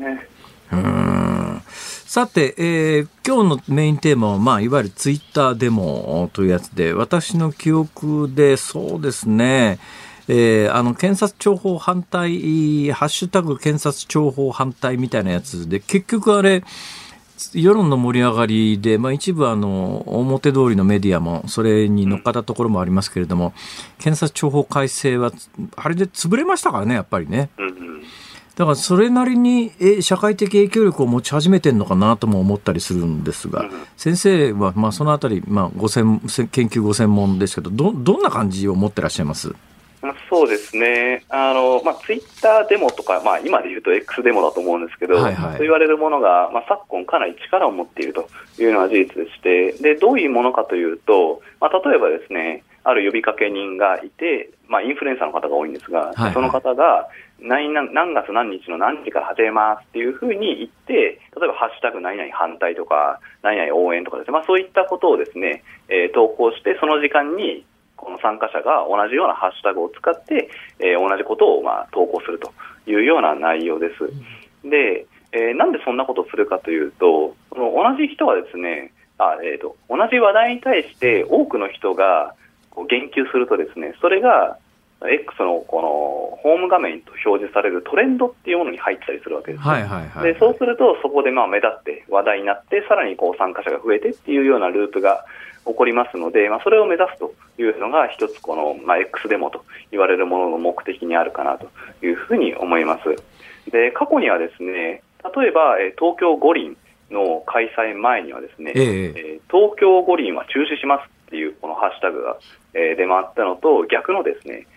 さて、今日のメインテーマは、いわゆるツイッターデモというやつで、私の記憶でそうですね、検察庁法反対、ハッシュタグ検察庁法反対みたいなやつで、結局あれ、世論の盛り上がりで、一部表通りのメディアもそれに乗っかったところもありますけれども、検察庁法改正はあれで潰れましたからね、やっぱりね。だからそれなりに社会的影響力を持ち始めてるのかなとも思ったりするんですが、先生はそのあたり、研究ご専門ですけど、どんな感じを持ってらっしゃいます？ そうですね。ツイッターデモとか、今で言うと X デモだと思うんですけど、そう言われるものが、昨今かなり力を持っているというのは事実でして、で、どういうものかというと、例えばですね、ある呼びかけ人がいて、インフルエンサーの方が多いんですが、その方が何月何日の何時から始めますっていうふうに言って、例えばハッシュタグ何々反対とか、何々応援とかですね、そういったことをですね、投稿して、その時間にこの参加者が同じようなハッシュタグを使って、同じことを投稿するというような内容です。で、なんでそんなことをするかというと、同じ人はですね、同じ話題に対して多くの人が言及するとですね、それが X のこのホーム画面と表示されるトレンドっていうものに入ったりするわけです。で、そうするとそこで目立って話題になって、さらに参加者が増えてっていうようなループが起こりますので、それを目指すというのが一つこの、X デモと言われるものの目的にあるかなというふうに思います。で、過去にはですね、例えば東京五輪の開催前にはですね、東京五輪は中止しますっていうこのハッシュタグが出回ったのと、逆のですね、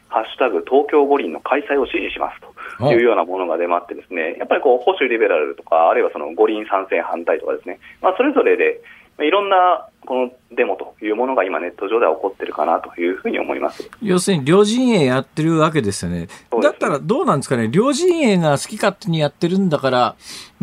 ハッシュタグ東京五輪の開催を支持しますというようなものが出回ってですね、やっぱりこう保守リベラルとか、あるいはその五輪賛成反対とかですね、それぞれでいろんなこのデモというものが今ネット上では起こっているかなというふうに思います。 要するに両陣営やってるわけですよね。だったらどうなんですかね。両陣営が好き勝手にやってるんだから、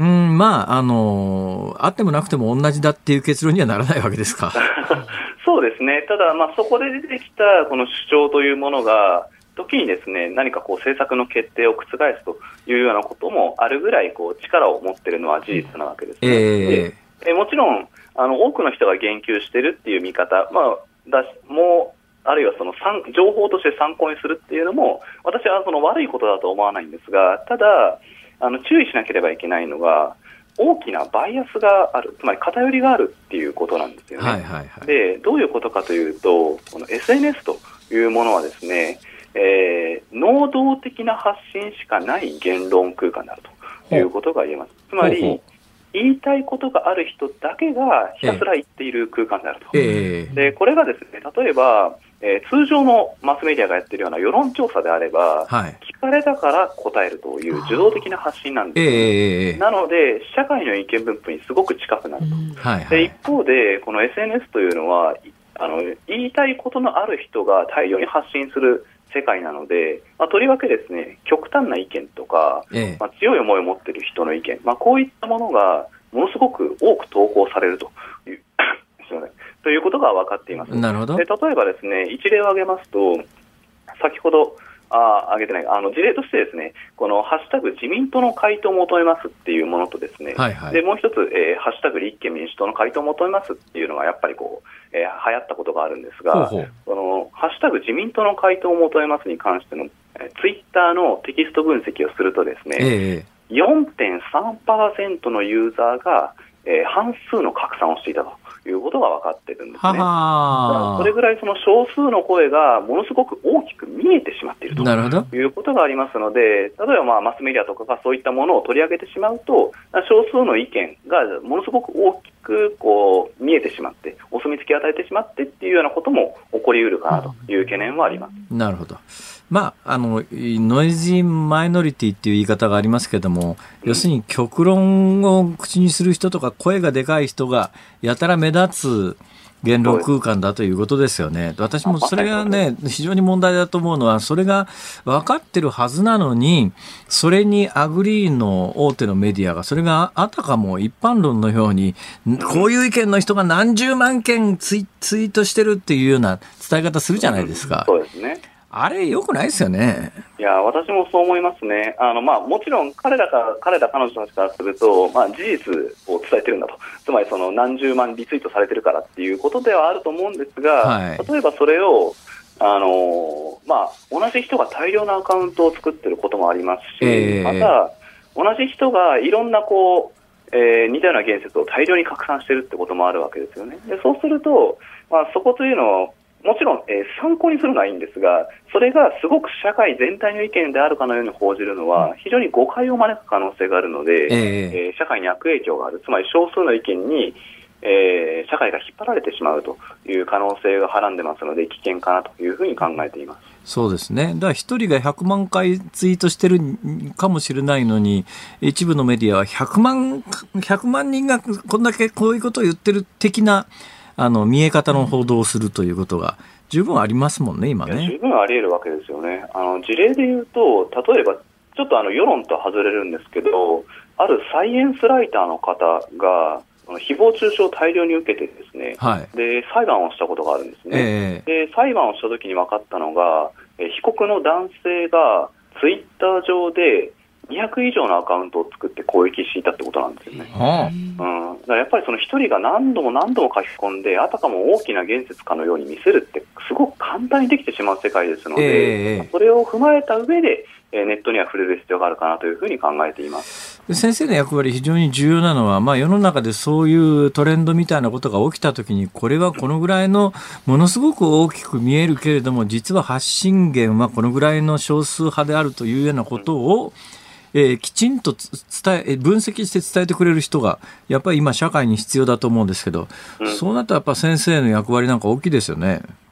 あってもなくても同じだっていう結論にはならないわけですか。 そうですね。ただそこで出てきたこの主張というものが時にですね、何かこう政策の決定を覆すというようなこともあるぐらいこう力を持っているのは事実なわけですね。もちろん多くの人が言及しているっていう見方、もうあるいはその情報として参考にするっていうのも私はその悪いことだと思わないんですが、ただ注意しなければいけないのが大きなバイアスがある、つまり偏りがあるっていうことなんですよね。で、どういうことかというと、この SNS というものはですね、能動的な発信しかない言論空間であるということが言えます。つまり言いたいことがある人だけがひたすら言っている空間であると。で、これがですね、例えば、通常のマスメディアがやっているような世論調査であれば、聞かれたから答えるという受動的な発信なんです、なので、社会の意見分布にすごく近くなると。で、一方で、この SNS というのは、言いたいことのある人が大量に発信する世界なので、とりわけですね、極端な意見とか、強い思いを持っている人の意見、こういったものがものすごく多く投稿されるというということが分かっています。 なるほど。 で、例えばですね、一例を挙げますと、先ほど挙げてない事例としてですね、このハッシュタグ自民党の回答を求めますっていうものとですね、でもう一つ、ハッシュタグ立憲民主党の回答を求めますっていうのがやっぱりこう、流行ったことがあるんですが、このハッシュタグ自民党の回答を求めますに関してのツイッターのテキスト分析をするとですね、4.3% のユーザーが、半数の拡散をしていたということが分かっているんですね。それぐらいその少数の声がものすごく大きく見えてしまっているということがありますので、例えばマスメディアとかがそういったものを取り上げてしまうと、少数の意見がものすごく大きくこう見えてしまって、お墨付きを与えてしまってっていうようなことも起こりうるかなという懸念はあります。 なるほど。ノイジーマイノリティっていう言い方がありますけども、要するに極論を口にする人とか声がでかい人がやたら目立つ言論空間だということですよね。私もそれがね、非常に問題だと思うのは、それが分かってるはずなのに、それにアグリーの大手のメディアが、それがあたかも一般論のように、こういう意見の人が何十万件ツイートしてるっていうような伝え方するじゃないですか。 そうですね。 あれ良くないですよね。 いや、私もそう思いますね。もちろん彼女たちからすると、事実を伝えてるんだと。つまりその何十万リツイートされてるからっていうことではあると思うんですが、例えばそれを、同じ人が大量のアカウントを作ってることもありますし、また、同じ人がいろんな似たような言説を大量に拡散してるってこともあるわけですよね。で、そうすると、そこというのをもちろん、参考にするのはいいんですが、それがすごく社会全体の意見であるかのように報じるのは非常に誤解を招く可能性があるので、社会に悪影響がある、つまり少数の意見に、社会が引っ張られてしまうという可能性がはらんでますので、危険かなというふうに考えています。 そうですね。だから一人が100万回ツイートしてるかもしれないのに、一部のメディアは100万人がこんだけこういうことを言ってる的な見え方の報道をするということが十分ありますもんね、今ね。 十分あり得るわけですよね。事例で言うと、例えばちょっと世論とは外れるんですけど、あるサイエンスライターの方が誹謗中傷を大量に受けてですね、で裁判をしたことがあるんですね。で裁判をしたときに分かったのが、被告の男性がツイッター上で200以上のアカウントを作って攻撃していたってことなんですよね。だからやっぱりその一人が何度も書き込んで、あたかも大きな言説かのように見せるってすごく簡単にできてしまう世界ですので、それを踏まえた上でネットには触れる必要があるかなというふうに考えています。 先生の役割非常に重要なのは、世の中でそういうトレンドみたいなことが起きたときに、これはこのぐらいのものすごく大きく見えるけれども、実は発信源はこのぐらいの少数派であるというようなことを、きちんと分析して伝えてくれる人がやっぱり今社会に必要だと思うんですけど、そうなったらやっぱ先生の役割なんか大きいですよね。 あ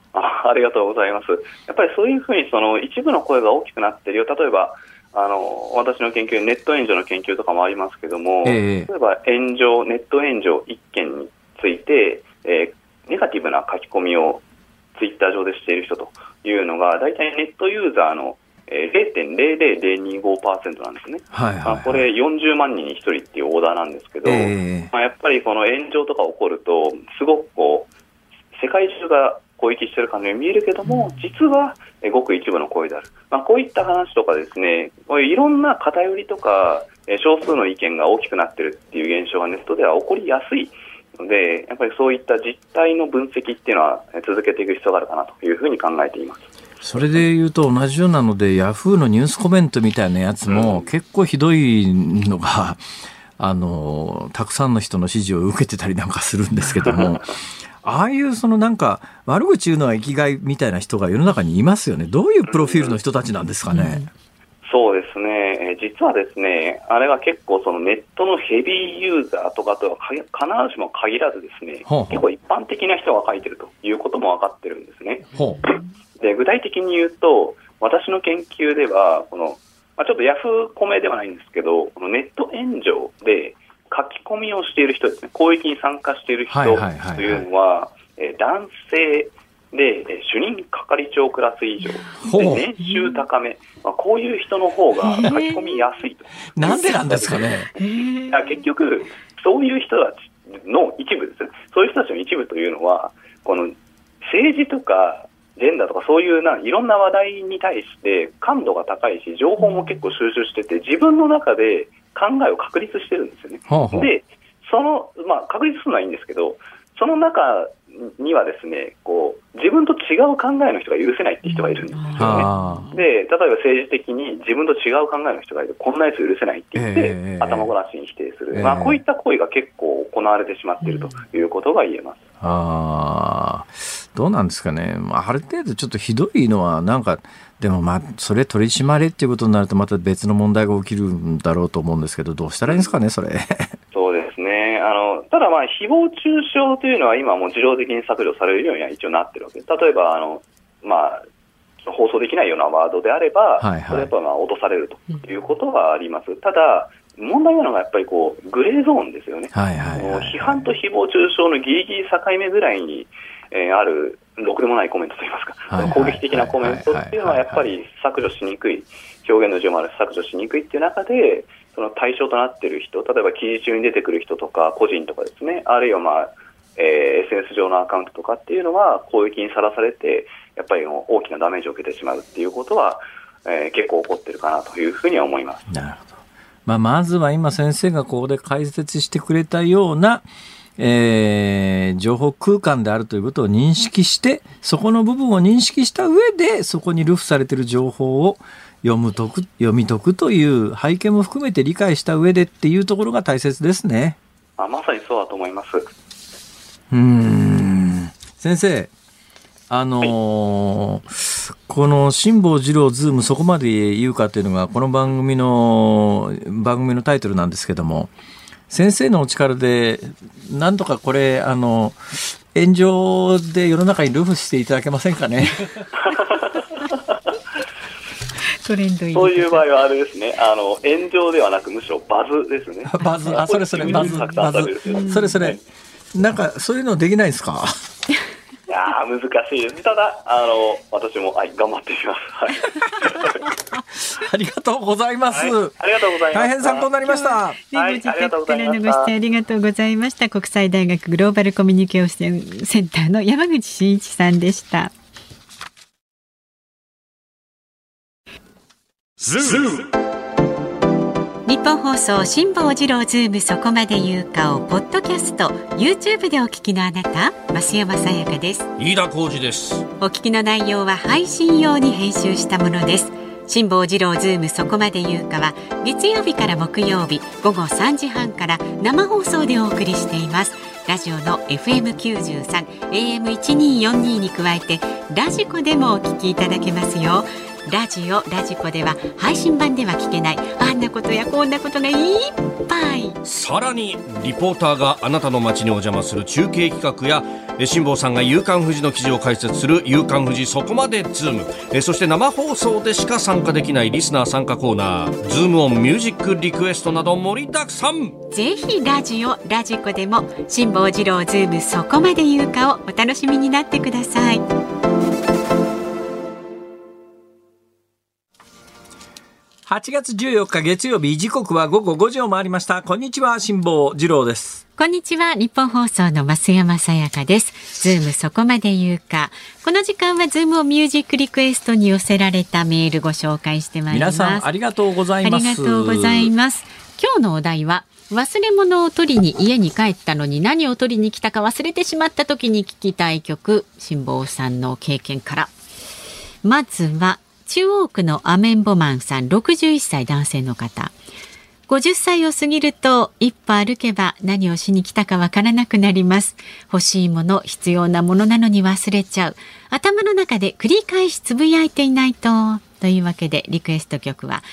ありがとうございます。やっぱりそういうふうに一部の声が大きくなっているよ。例えば私の研究、ネット炎上の研究とかもありますけども、例えばネット炎上1件について、ネガティブな書き込みをツイッター上でしている人というのが、大体ネットユーザーの0.00025% なんですね。これ40万人に1人っていうオーダーなんですけど、やっぱりこの炎上とか起こると、すごく世界中が攻撃している感じに見えるけども、実はごく一部の声である。こういった話とかですね、こういういろんな偏りとか少数の意見が大きくなっているっていう現象がネットでは起こりやすいので、やっぱりそういった実態の分析っていうのは続けていく必要があるかなというふうに考えています。 それでいうと同じようなので、ヤフーのニュースコメントみたいなやつも結構ひどいのが、たくさんの人の支持を受けてたりなんかするんですけどもああいうなんか悪口言うのは生きがいみたいな人が世の中にいますよね。どういうプロフィールの人たちなんですかね。 そうですね、実はですね、あれは結構ネットのヘビーユーザーとかとは必ずしも限らずですね、結構一般的な人が書いてるということも分かってるんですね。で、具体的に言うと、私の研究ではちょっとヤフーコメではないんですけど、このネット炎上で書き込みをしている人ですね、攻撃に参加している人というのは、男性で主任係長クラス以上で年収高め、こういう人の方が書き込みやすいと。 なんでなんですかね。 結局そういう人たちの一部ですね。そういう人たちの一部というのは、この政治とかジェンダーとかそういういろんな話題に対して感度が高いし、情報も結構収集してて、自分の中で考えを確立してるんですよね。で、確立するのはいいんですけど、その中にはですね、自分と違う考えの人が許せないって人がいるんですよね。で、例えば政治的に自分と違う考えの人がいる、こんなやつ許せないって言って、頭ごなしに否定する。こういった行為が結構行われてしまっているということが言えます。 どうなんですかね。ある程度ちょっとひどいのはでもそれ取り締まれっていうことになるとまた別の問題が起きるんだろうと思うんですけど、どうしたらいいんですかね、それ。 そうですね。ただ誹謗中傷というのは今も自動的に削除されるようには一応なってるわけです。例えば放送できないようなワードであれば、それやっぱ落とされるということはあります。ただ問題なのがやっぱりグレーゾーンですよね。批判と誹謗中傷のギリギリ境目ぐらいにあるろくでもないコメントといいますか、攻撃的なコメントっていうのはやっぱり削除しにくい、表現の自由もあるし削除しにくいっていう中で、その対象となっている人、例えば記事中に出てくる人とか個人とかですね、あるいはSNS 上のアカウントとかっていうのは攻撃にさらされて、やっぱり大きなダメージを受けてしまうっていうことは、結構起こっているかなというふうには思います。 なるほど。まずは今先生がここで解説してくれたような情報空間であるということを認識して、そこの部分を認識した上でそこに流布されている情報を読み解くという背景も含めて理解した上でっていうところが大切ですね。 まさにそうだと思います。 先生、この辛坊治郎ズームそこまで言うかというのがこの番組のタイトルなんですけども、先生のお力でなんとかこれ炎上で世の中に流布していただけませんかね。 トレンドいい。 そういう場合はあれですね、炎上ではなくむしろバズですね。 バズ、それバズ、それなんかそういうのできないですか。 いや難しいです。ただ私も頑張っていきます。 ありがとうございます。 ありがとうございます。 大変参考になりました。 ありがとうございました。ありがとうございました。国際大学グローバルコミュニケーションセンターの山口真一さんでした。日本放送辛坊治郎ズームそこまで言うかをポッドキャスト YouTube でお聞きのあなた、増山さやかです。 飯田浩司です。 お聞きの内容は配信用に編集したものです。辛坊治郎ズームそこまで言うかは月曜日から木曜日午後3時半から生放送でお送りしています。ラジオの FM93 AM1242 に加えてラジコでもお聞きいただけますよ。 ラジコでは配信版では聞けないあんなことやこんなことがいっぱい。 さらにリポーターがあなたの街にお邪魔する中継企画や辛坊さんが夕刊フジの記事を解説する夕刊フジそこまでズーム、そして生放送でしか参加できないリスナー参加コーナーズームオンミュージックリクエストなど盛りだくさん。 ぜひラジコでも辛坊治郎ズームそこまで言うかをお楽しみになってください。 8月14日月曜日、時刻は午後5時を回りました。こんにちは、辛坊治郎です。 こんにちは、日本放送の増山さやかです。ズームそこまで言うか。この時間はズームをミュージックリクエストに寄せられたメールご紹介してまいります。 皆さんありがとうございます。 ありがとうございます。今日のお題は忘れ物を取りに家に帰ったのに何を取りに来たか忘れてしまった時に聴きたい曲、辛坊さんの経験から。まずは中央区のアメンボマンさん、61歳男性の方。50歳を過ぎると一歩歩けば何をしに来たかわからなくなります。欲しいもの、必要なものなのに忘れちゃう。頭の中で繰り返しつぶやいていないと。というわけでリクエスト曲は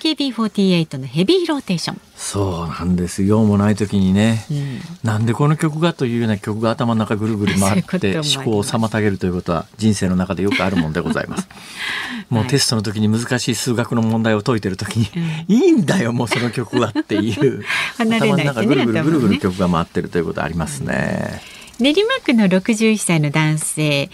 AKB48 のヘビーローテーション。 そうなんです。用もない時にね、なんでこの曲がというような曲が頭の中ぐるぐる回って思考を妨げるということは人生の中でよくあるもんでございます。もうテストの時に難しい数学の問題を解いてる時に、いいんだよもうその曲はっていう離れない、ね、 頭の中ぐるぐるぐるぐる曲が回ってるということありますね。 練馬区の61歳の男性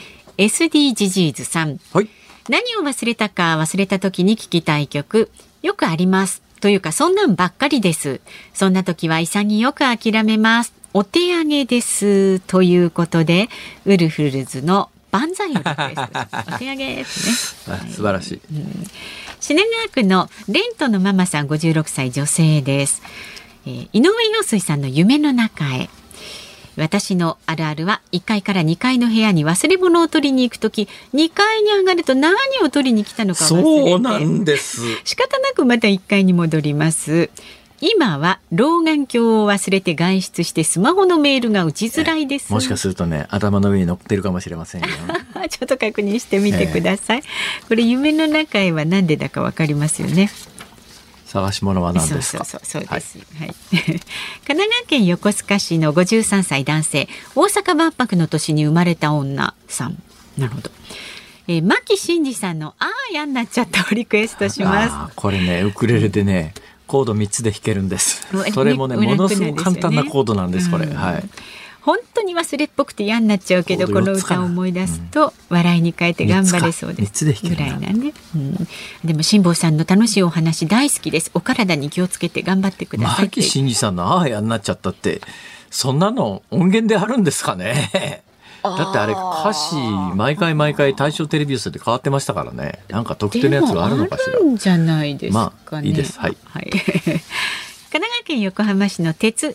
SD ジジーズさん、 はい、 何を忘れたか忘れた時に聴きたい曲、よくありますというかそんなんばっかりです。そんな時は潔く諦めます。お手上げですということでウルフルズの万歳をリクエストお手上げですね。 素晴らしい、 品川区のレントのママさん56歳女性です。井上陽水さんの夢の中へ。私のあるあるは1階から2階の部屋に忘れ物を取りに行くとき2階に上がると何を取りに来たのか忘れて、 そうなんです。 仕方なくまた1階に戻ります。今は老眼鏡を忘れて外出してスマホのメールが打ちづらいです。 もしかするとね頭の上に乗ってるかもしれませんよちょっと確認してみてください、これ夢の中へは何でだかわかりますよね。 探し物は何ですか。 そうです、はい神奈川県横須賀市の53歳男性、大阪万博の年に生まれた女さん。なるほど。牧真司さんのやんなっちゃったをリクエストします。 これねウクレレでねコード3つで弾けるんです。それもねものすごく簡単なコードなんですこれ、はい。 本当に忘れっぽくて嫌になっちゃうけどこの歌を思い出すと笑いに変えて頑張れそうです。 3つで弾けるぐらいなんで、でも辛坊さんの楽しいお話大好きです。お体に気をつけて頑張ってください。 牧真司さんのやんなっちゃったってそんなの音源であるんですかね。だってあれ歌詞毎回大正テレビュースで変わってましたからね。なんか特定のやつがあるのかしら。 でもあるんじゃないですかね。 まあいいです。はい、 神奈川県横浜市の鉄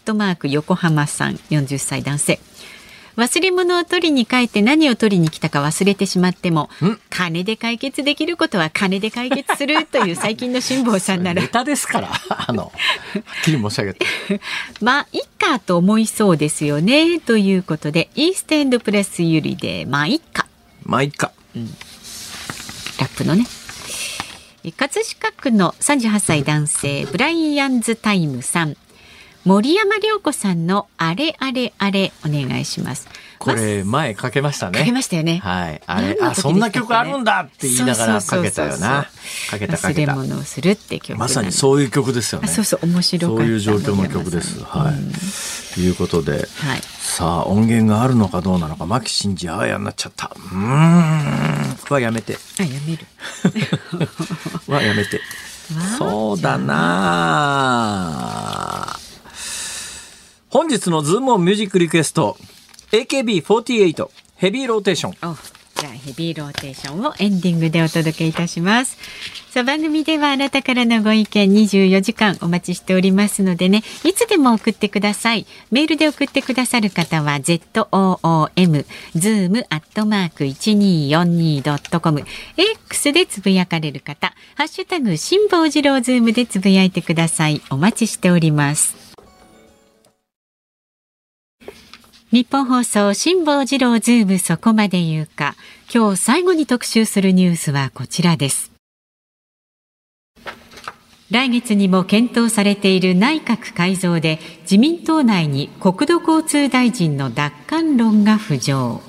@横浜さん40歳男性。忘れ物を取りに帰って何を取りに来たか忘れてしまっても金で解決できることは金で解決するという最近の辛坊さんならネタですからはっきり申し上げてまあいっかと思いそうですよねということでイーストエンドプレスユリでまあいっか、 ラップのね。葛飾区の38歳男性ブライアンズタイムさん、森山良子さんのあれあれあれお願いします。 これ前かけましたね。 かけましたよね。 はい。あれそんな曲あるんだって言いながらかけたよな。かけた。 忘れ物をするって曲。 まさにそういう曲ですよね。 そう面白かった。 そういう状況の曲です。はい。ということで、さあ音源があるのかどうなのか。牧真司やんなっちゃった。はやめて。 やめる。 はやめて。そうだな。本日のズームオンミュージックリクエスト AKB48 ヘビーローテーション。 じゃあヘビーローテーションをエンディングでお届けいたします。さあ番組ではあなたからのご意見24時間お待ちしておりますのでね、いつでも送ってください。メールで送ってくださる方は zoom@1242.com X でつぶやかれる方ハッシュタグ辛坊治郎ズームでつぶやいてください。お待ちしております。 日本放送辛坊治郎ズームそこまで言うか。今日最後に特集するニュースはこちらです。来月にも検討されている内閣改造で自民党内に国土交通大臣の奪還論が浮上。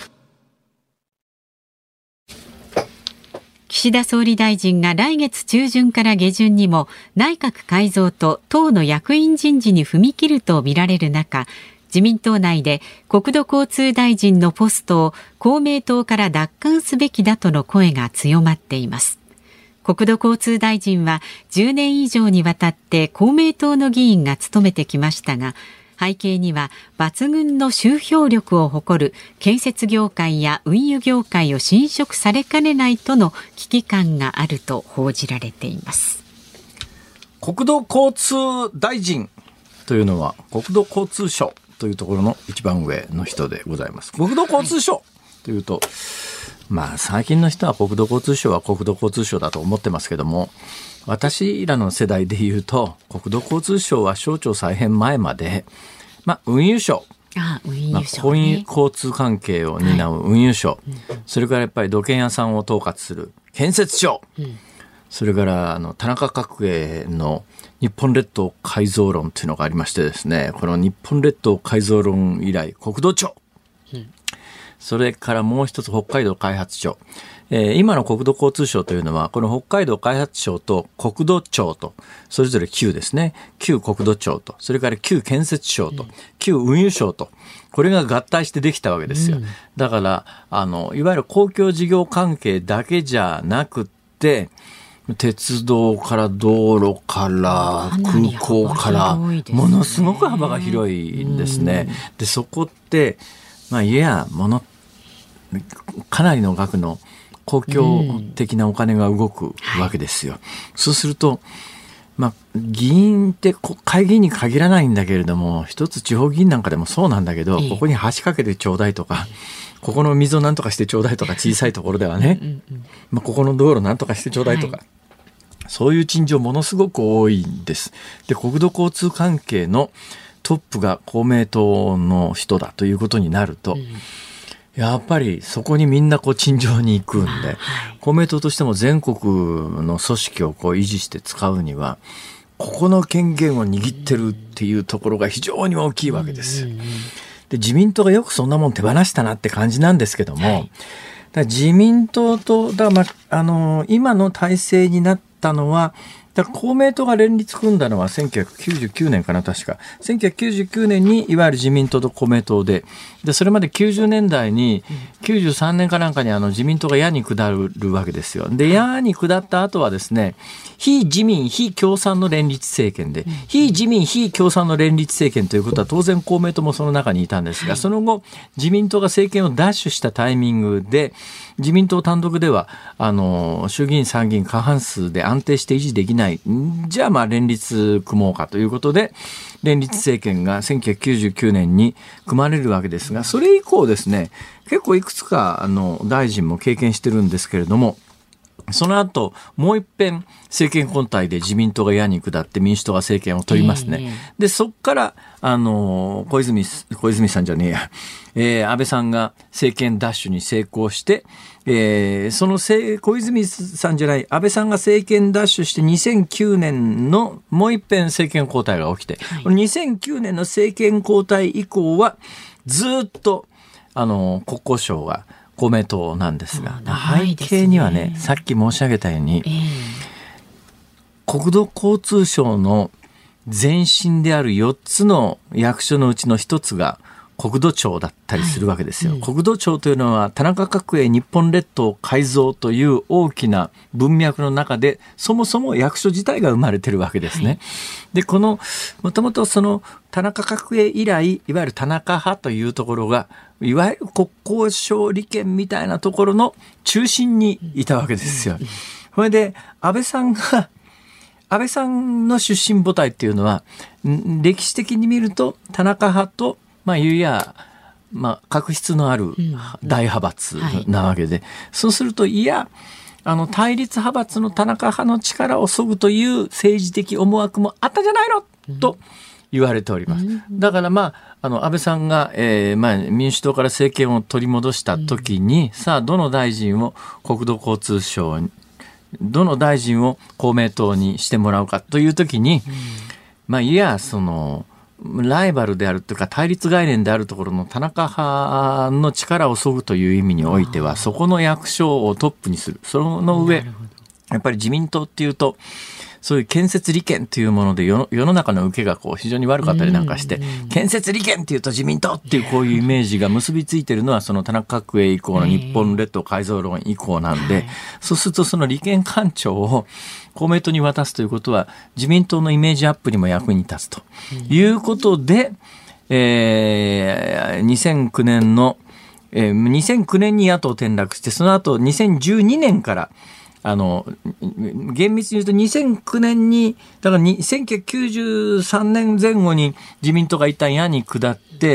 岸田総理大臣が来月中旬から下旬にも内閣改造と党の役員人事に踏み切るとみられる中、自民党内で国土交通大臣のポストを公明党から奪還すべきだとの声が強まっています。国土交通大臣は10年以上にわたって公明党の議員が務めてきましたが、背景には抜群の集票力を誇る建設業界や運輸業界を侵食されかねないとの危機感があると報じられています。 国土交通大臣というのは国土交通省というところの一番上の人でございます。国土交通省というと、最近の人は国土交通省は国土交通省だと思ってますけども、私らの世代でいうと国土交通省は省庁再編前まで、運輸省、交通関係を担う運輸省、それからやっぱり土建屋さんを統括する建設省、それから田中角栄の日本列島改造論というのがありましてですね、この日本列島改造論以来国土庁、それからもう一つ北海道開発庁、今の国土交通省というのはこの北海道開発庁と国土庁とそれぞれ旧ですね、旧国土庁とそれから旧建設省と旧運輸省と、これが合体してできたわけですよ。だからいわゆる公共事業関係だけじゃなくって鉄道から道路から空港からものすごく幅が広いんですね。でそこって家や物かなりの額の公共的なお金が動くわけですよ。そうすると議員って国会議員に限らないんだけれども、一つ地方議員なんかでもそうなんだけど、ここに橋かけてちょうだいとか、ここの溝をなんとかしてちょうだいとか、小さいところではね、ここの道路なんとかしてちょうだいとか、そういう陳情ものすごく多いんです。で国土交通関係のトップが公明党の人だということになると、やっぱりそこにみんな陳情に行くんで、公明党としても全国の組織を維持して使うにはここの権限を握ってるっていうところが非常に大きいわけです。で自民党がよくそんなもん手放したなって感じなんですけども、自民党と今の体制になったのは、公明党が連立組んだのは1999年かな、確か1999年にいわゆる自民党と公明党で、それまで90年代に93年かなんかに自民党が矢に下るわけですよ。で矢に下った後はですね、非自民非共産の連立政権で、非自民非共産の連立政権ということは当然公明党もその中にいたんですが、その後自民党が政権を奪取したタイミングで自民党単独では衆議院参議院過半数で安定して維持できない、じゃあ連立組もうかということで連立政権が1999年に組まれるわけですが、それ以降ですね、結構いくつか大臣も経験してるんですけれども、その後もう一遍政権交代で自民党が矢に下って民主党が政権を取りますね。でそこから小泉さんじゃねえや、安倍さんが政権奪取に成功して、その小泉さんじゃない安倍さんが政権奪取して2009年のもう一遍政権交代が起きて、2009年の政権交代以降はずっと国交省が公明党なんですが、背景にはね、さっき申し上げたように、国土交通省の前身である4つの役所のうちの1つが国土庁だったりするわけですよ。国土庁というのは田中角栄日本列島改造という大きな文脈の中でそもそも役所自体が生まれてるわけですね。でもともとその田中角栄以来、いわゆる田中派というところがいわゆる国交省利権みたいなところの中心にいたわけですよ。それで安倍さんの出身母体っていうのは歴史的に見ると田中派というや確執のある大派閥なわけで、そうすると対立派閥の田中派の力を削ぐという政治的思惑もあったじゃないのと言われております。だから安倍さんが、民主党から政権を取り戻した時に、さあどの大臣を国土交通省に、どの大臣を公明党にしてもらうかという時に、ライバルであるというか対立概念であるところの田中派の力を削ぐという意味においては、そこの役所をトップにする。その上、やっぱり自民党っていうと、そういう建設利権というもので世の中の受けが非常に悪かったりなんかして、建設利権っていうと自民党っていうこういうイメージが結びついてるのはその田中角栄以降の日本列島改造論以降なんで、そうするとその利権官庁を公明党に渡すということは自民党のイメージアップにも役に立つということで、2009年に野党転落して、その後2012年から厳密に言うと2009年に、だから1993年前後に自民党が一旦矢に下って、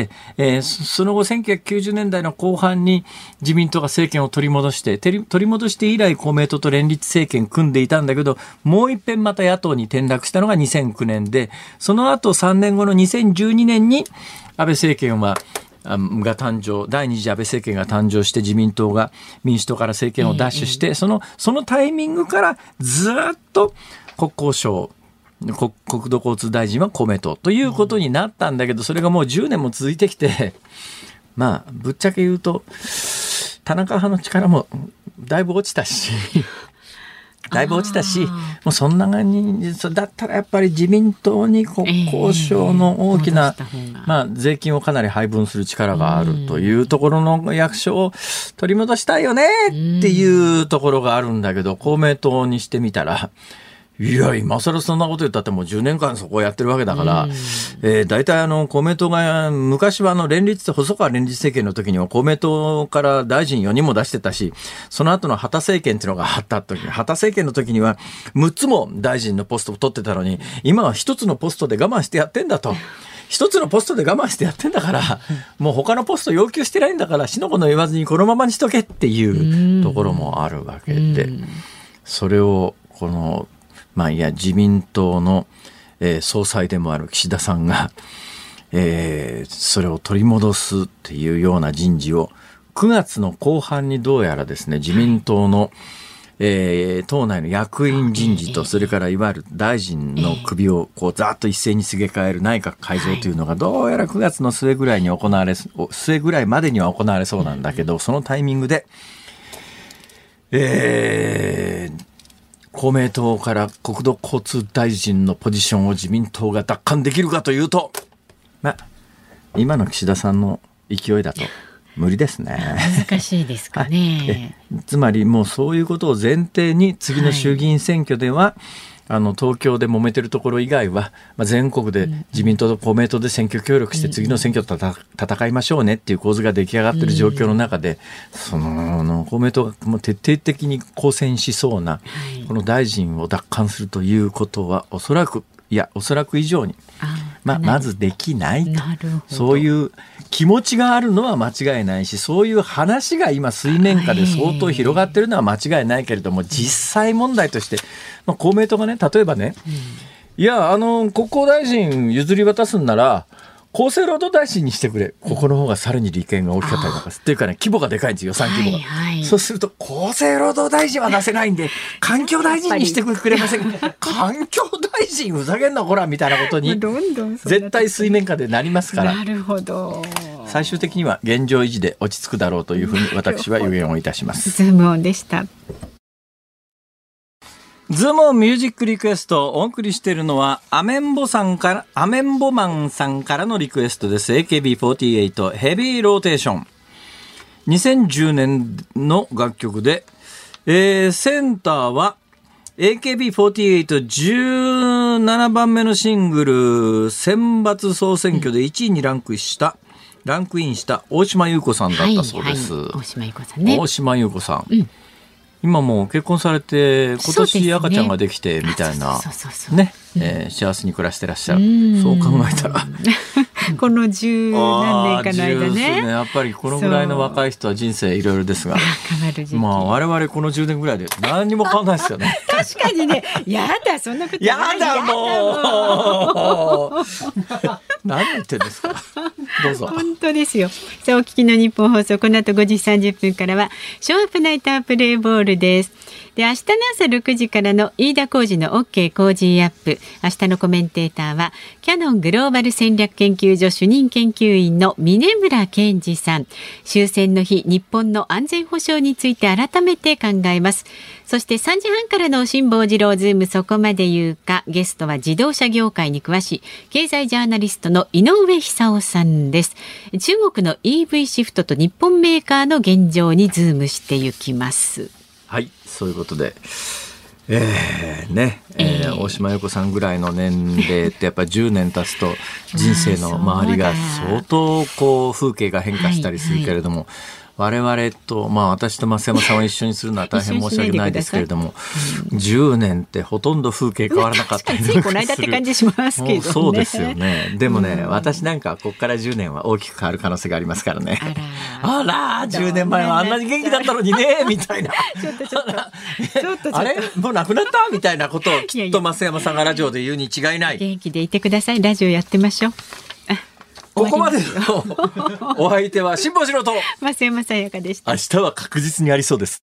その後1990年代の後半に自民党が政権を取り戻して以来公明党と連立政権組んでいたんだけど、もう一遍また野党に転落したのが2009年で、その後3年後の2012年に安倍政権が誕生、第二次安倍政権が誕生して、自民党が民主党から政権を奪取して、そのタイミングからずっと国交省、国土交通大臣は公明党ということになったんだけど、それがもう10年も続いてきて、ぶっちゃけ言うと田中派の力もだいぶ落ちたしもうそんな感じだったらやっぱり自民党に国交省の大きな、税金をかなり配分する力があるというところの役所を取り戻したいよねっていうところがあるんだけど、公明党にしてみたら、いや今更そんなこと言ったってもう10年間そこをやってるわけだから、大体公明党が昔は細川連立政権の時には公明党から大臣4人も出してたし、その後の畑政権っていうのがあった時、畑政権の時には6つも大臣のポストを取ってたのに、今は1つのポストで我慢してやってんだと。一つのポストで我慢してやってんだから、もう他のポスト要求してないんだから、しのこの言わずにこのままにしとけっていうところもあるわけで、それを自民党の、総裁でもある岸田さんが、それを取り戻すっていうような人事を9月の後半にどうやらですね、自民党の、党内の役員人事と、それからいわゆる大臣の首をざっと一斉にすげ替える内閣改造というのがどうやら9月の末ぐらいまでには行われそうなんだけど、そのタイミングで、公明党から国土交通大臣のポジションを自民党が奪還できるかというと、今の岸田さんの勢いだと無理ですね。 難しいですかね。 つまりもうそういうことを前提に、次の衆議院選挙では、東京で揉めてるところ以外は、全国で自民党と公明党で選挙協力して次の選挙と戦いましょうねっていう構図が出来上がっている状況の中で、公明党がもう徹底的に抗戦しそうなこの大臣を奪還するということはおそらく以上にまずできないと、そういう気持ちがあるのは間違いないし、そういう話が今水面下で相当広がってるのは間違いないけれども、実際問題として、公明党がね、例えばね、国交大臣譲り渡すんなら厚生労働大臣にしてくれ、ここの方がさらに利権が大きかったりとかっていうかね、規模がでかいんですよ、予算規模が、そうすると厚生労働大臣は出せないんで環境大臣にしてくれませんか環境大臣ふざけんなこらみたいなことに絶対水面下でなりますから、 なるほど、 最終的には現状維持で落ち着くだろうというふうに私は予言をいたします。 ズームオンでした。 ズームオンミュージックリクエストをお送りしているのはアメンボマンさんからのリクエストです。 AKB48 ヘビーローテーション、2010年の楽曲で、センターは AKB4817 番目のシングル選抜総選挙で1位にランクインした大島優子さんだったそうです。 大島優子さんね。 大島優子さん、今もう結婚されて、今年赤ちゃんができてみたいなね、 幸せに暮らしてらっしゃる。そう考えたらこの十何年かの間ね。 やっぱりこのぐらいの若い人は人生いろいろですが、 変わる時期。 我々この10年ぐらいで何にも変わらないですよね。 確かにね。やだ、そんなことない。 やだもう何言ってんですか。どうぞ。 本当ですよ。さあ、お聞きの日本放送、この後5時30分からはショーアップナイタープレイボールです。で、明日の朝6時からの飯田浩司の OK 工事アップ。明日のコメンテーターはキヤノングローバル戦略研究所主任研究員の峯村健二さん。終戦の日、日本の安全保障について改めて考えます。そして3時半からの辛坊治郎ズームそこまで言うか。ゲストは自動車業界に詳しい経済ジャーナリストの井上久夫さんです。中国の EV シフトと日本メーカーの現状にズームしていきます。 はい、そういうことで、大島優子さんぐらいの年齢ってやっぱり10年経つと人生の周りが相当こう風景が変化したりするけれども、我々と、私と増山さんを一緒にするのは大変申し訳ないですけれども、10年ってほとんど風景変わらなかったりする。 この間って感じしますけどね。 そうですよね。でもね、私なんかここから10年は大きく変わる可能性がありますからね。あら10年前はあんなに元気だったのにねみたいな。ちょっとあれもうなくなったみたいなことをきっと増山さんがラジオで言うに違いない。 元気でいてください。ラジオやってましょう。 ここまでのお相手は辛坊治郎と増山さやかでした。 明日は確実にありそうです。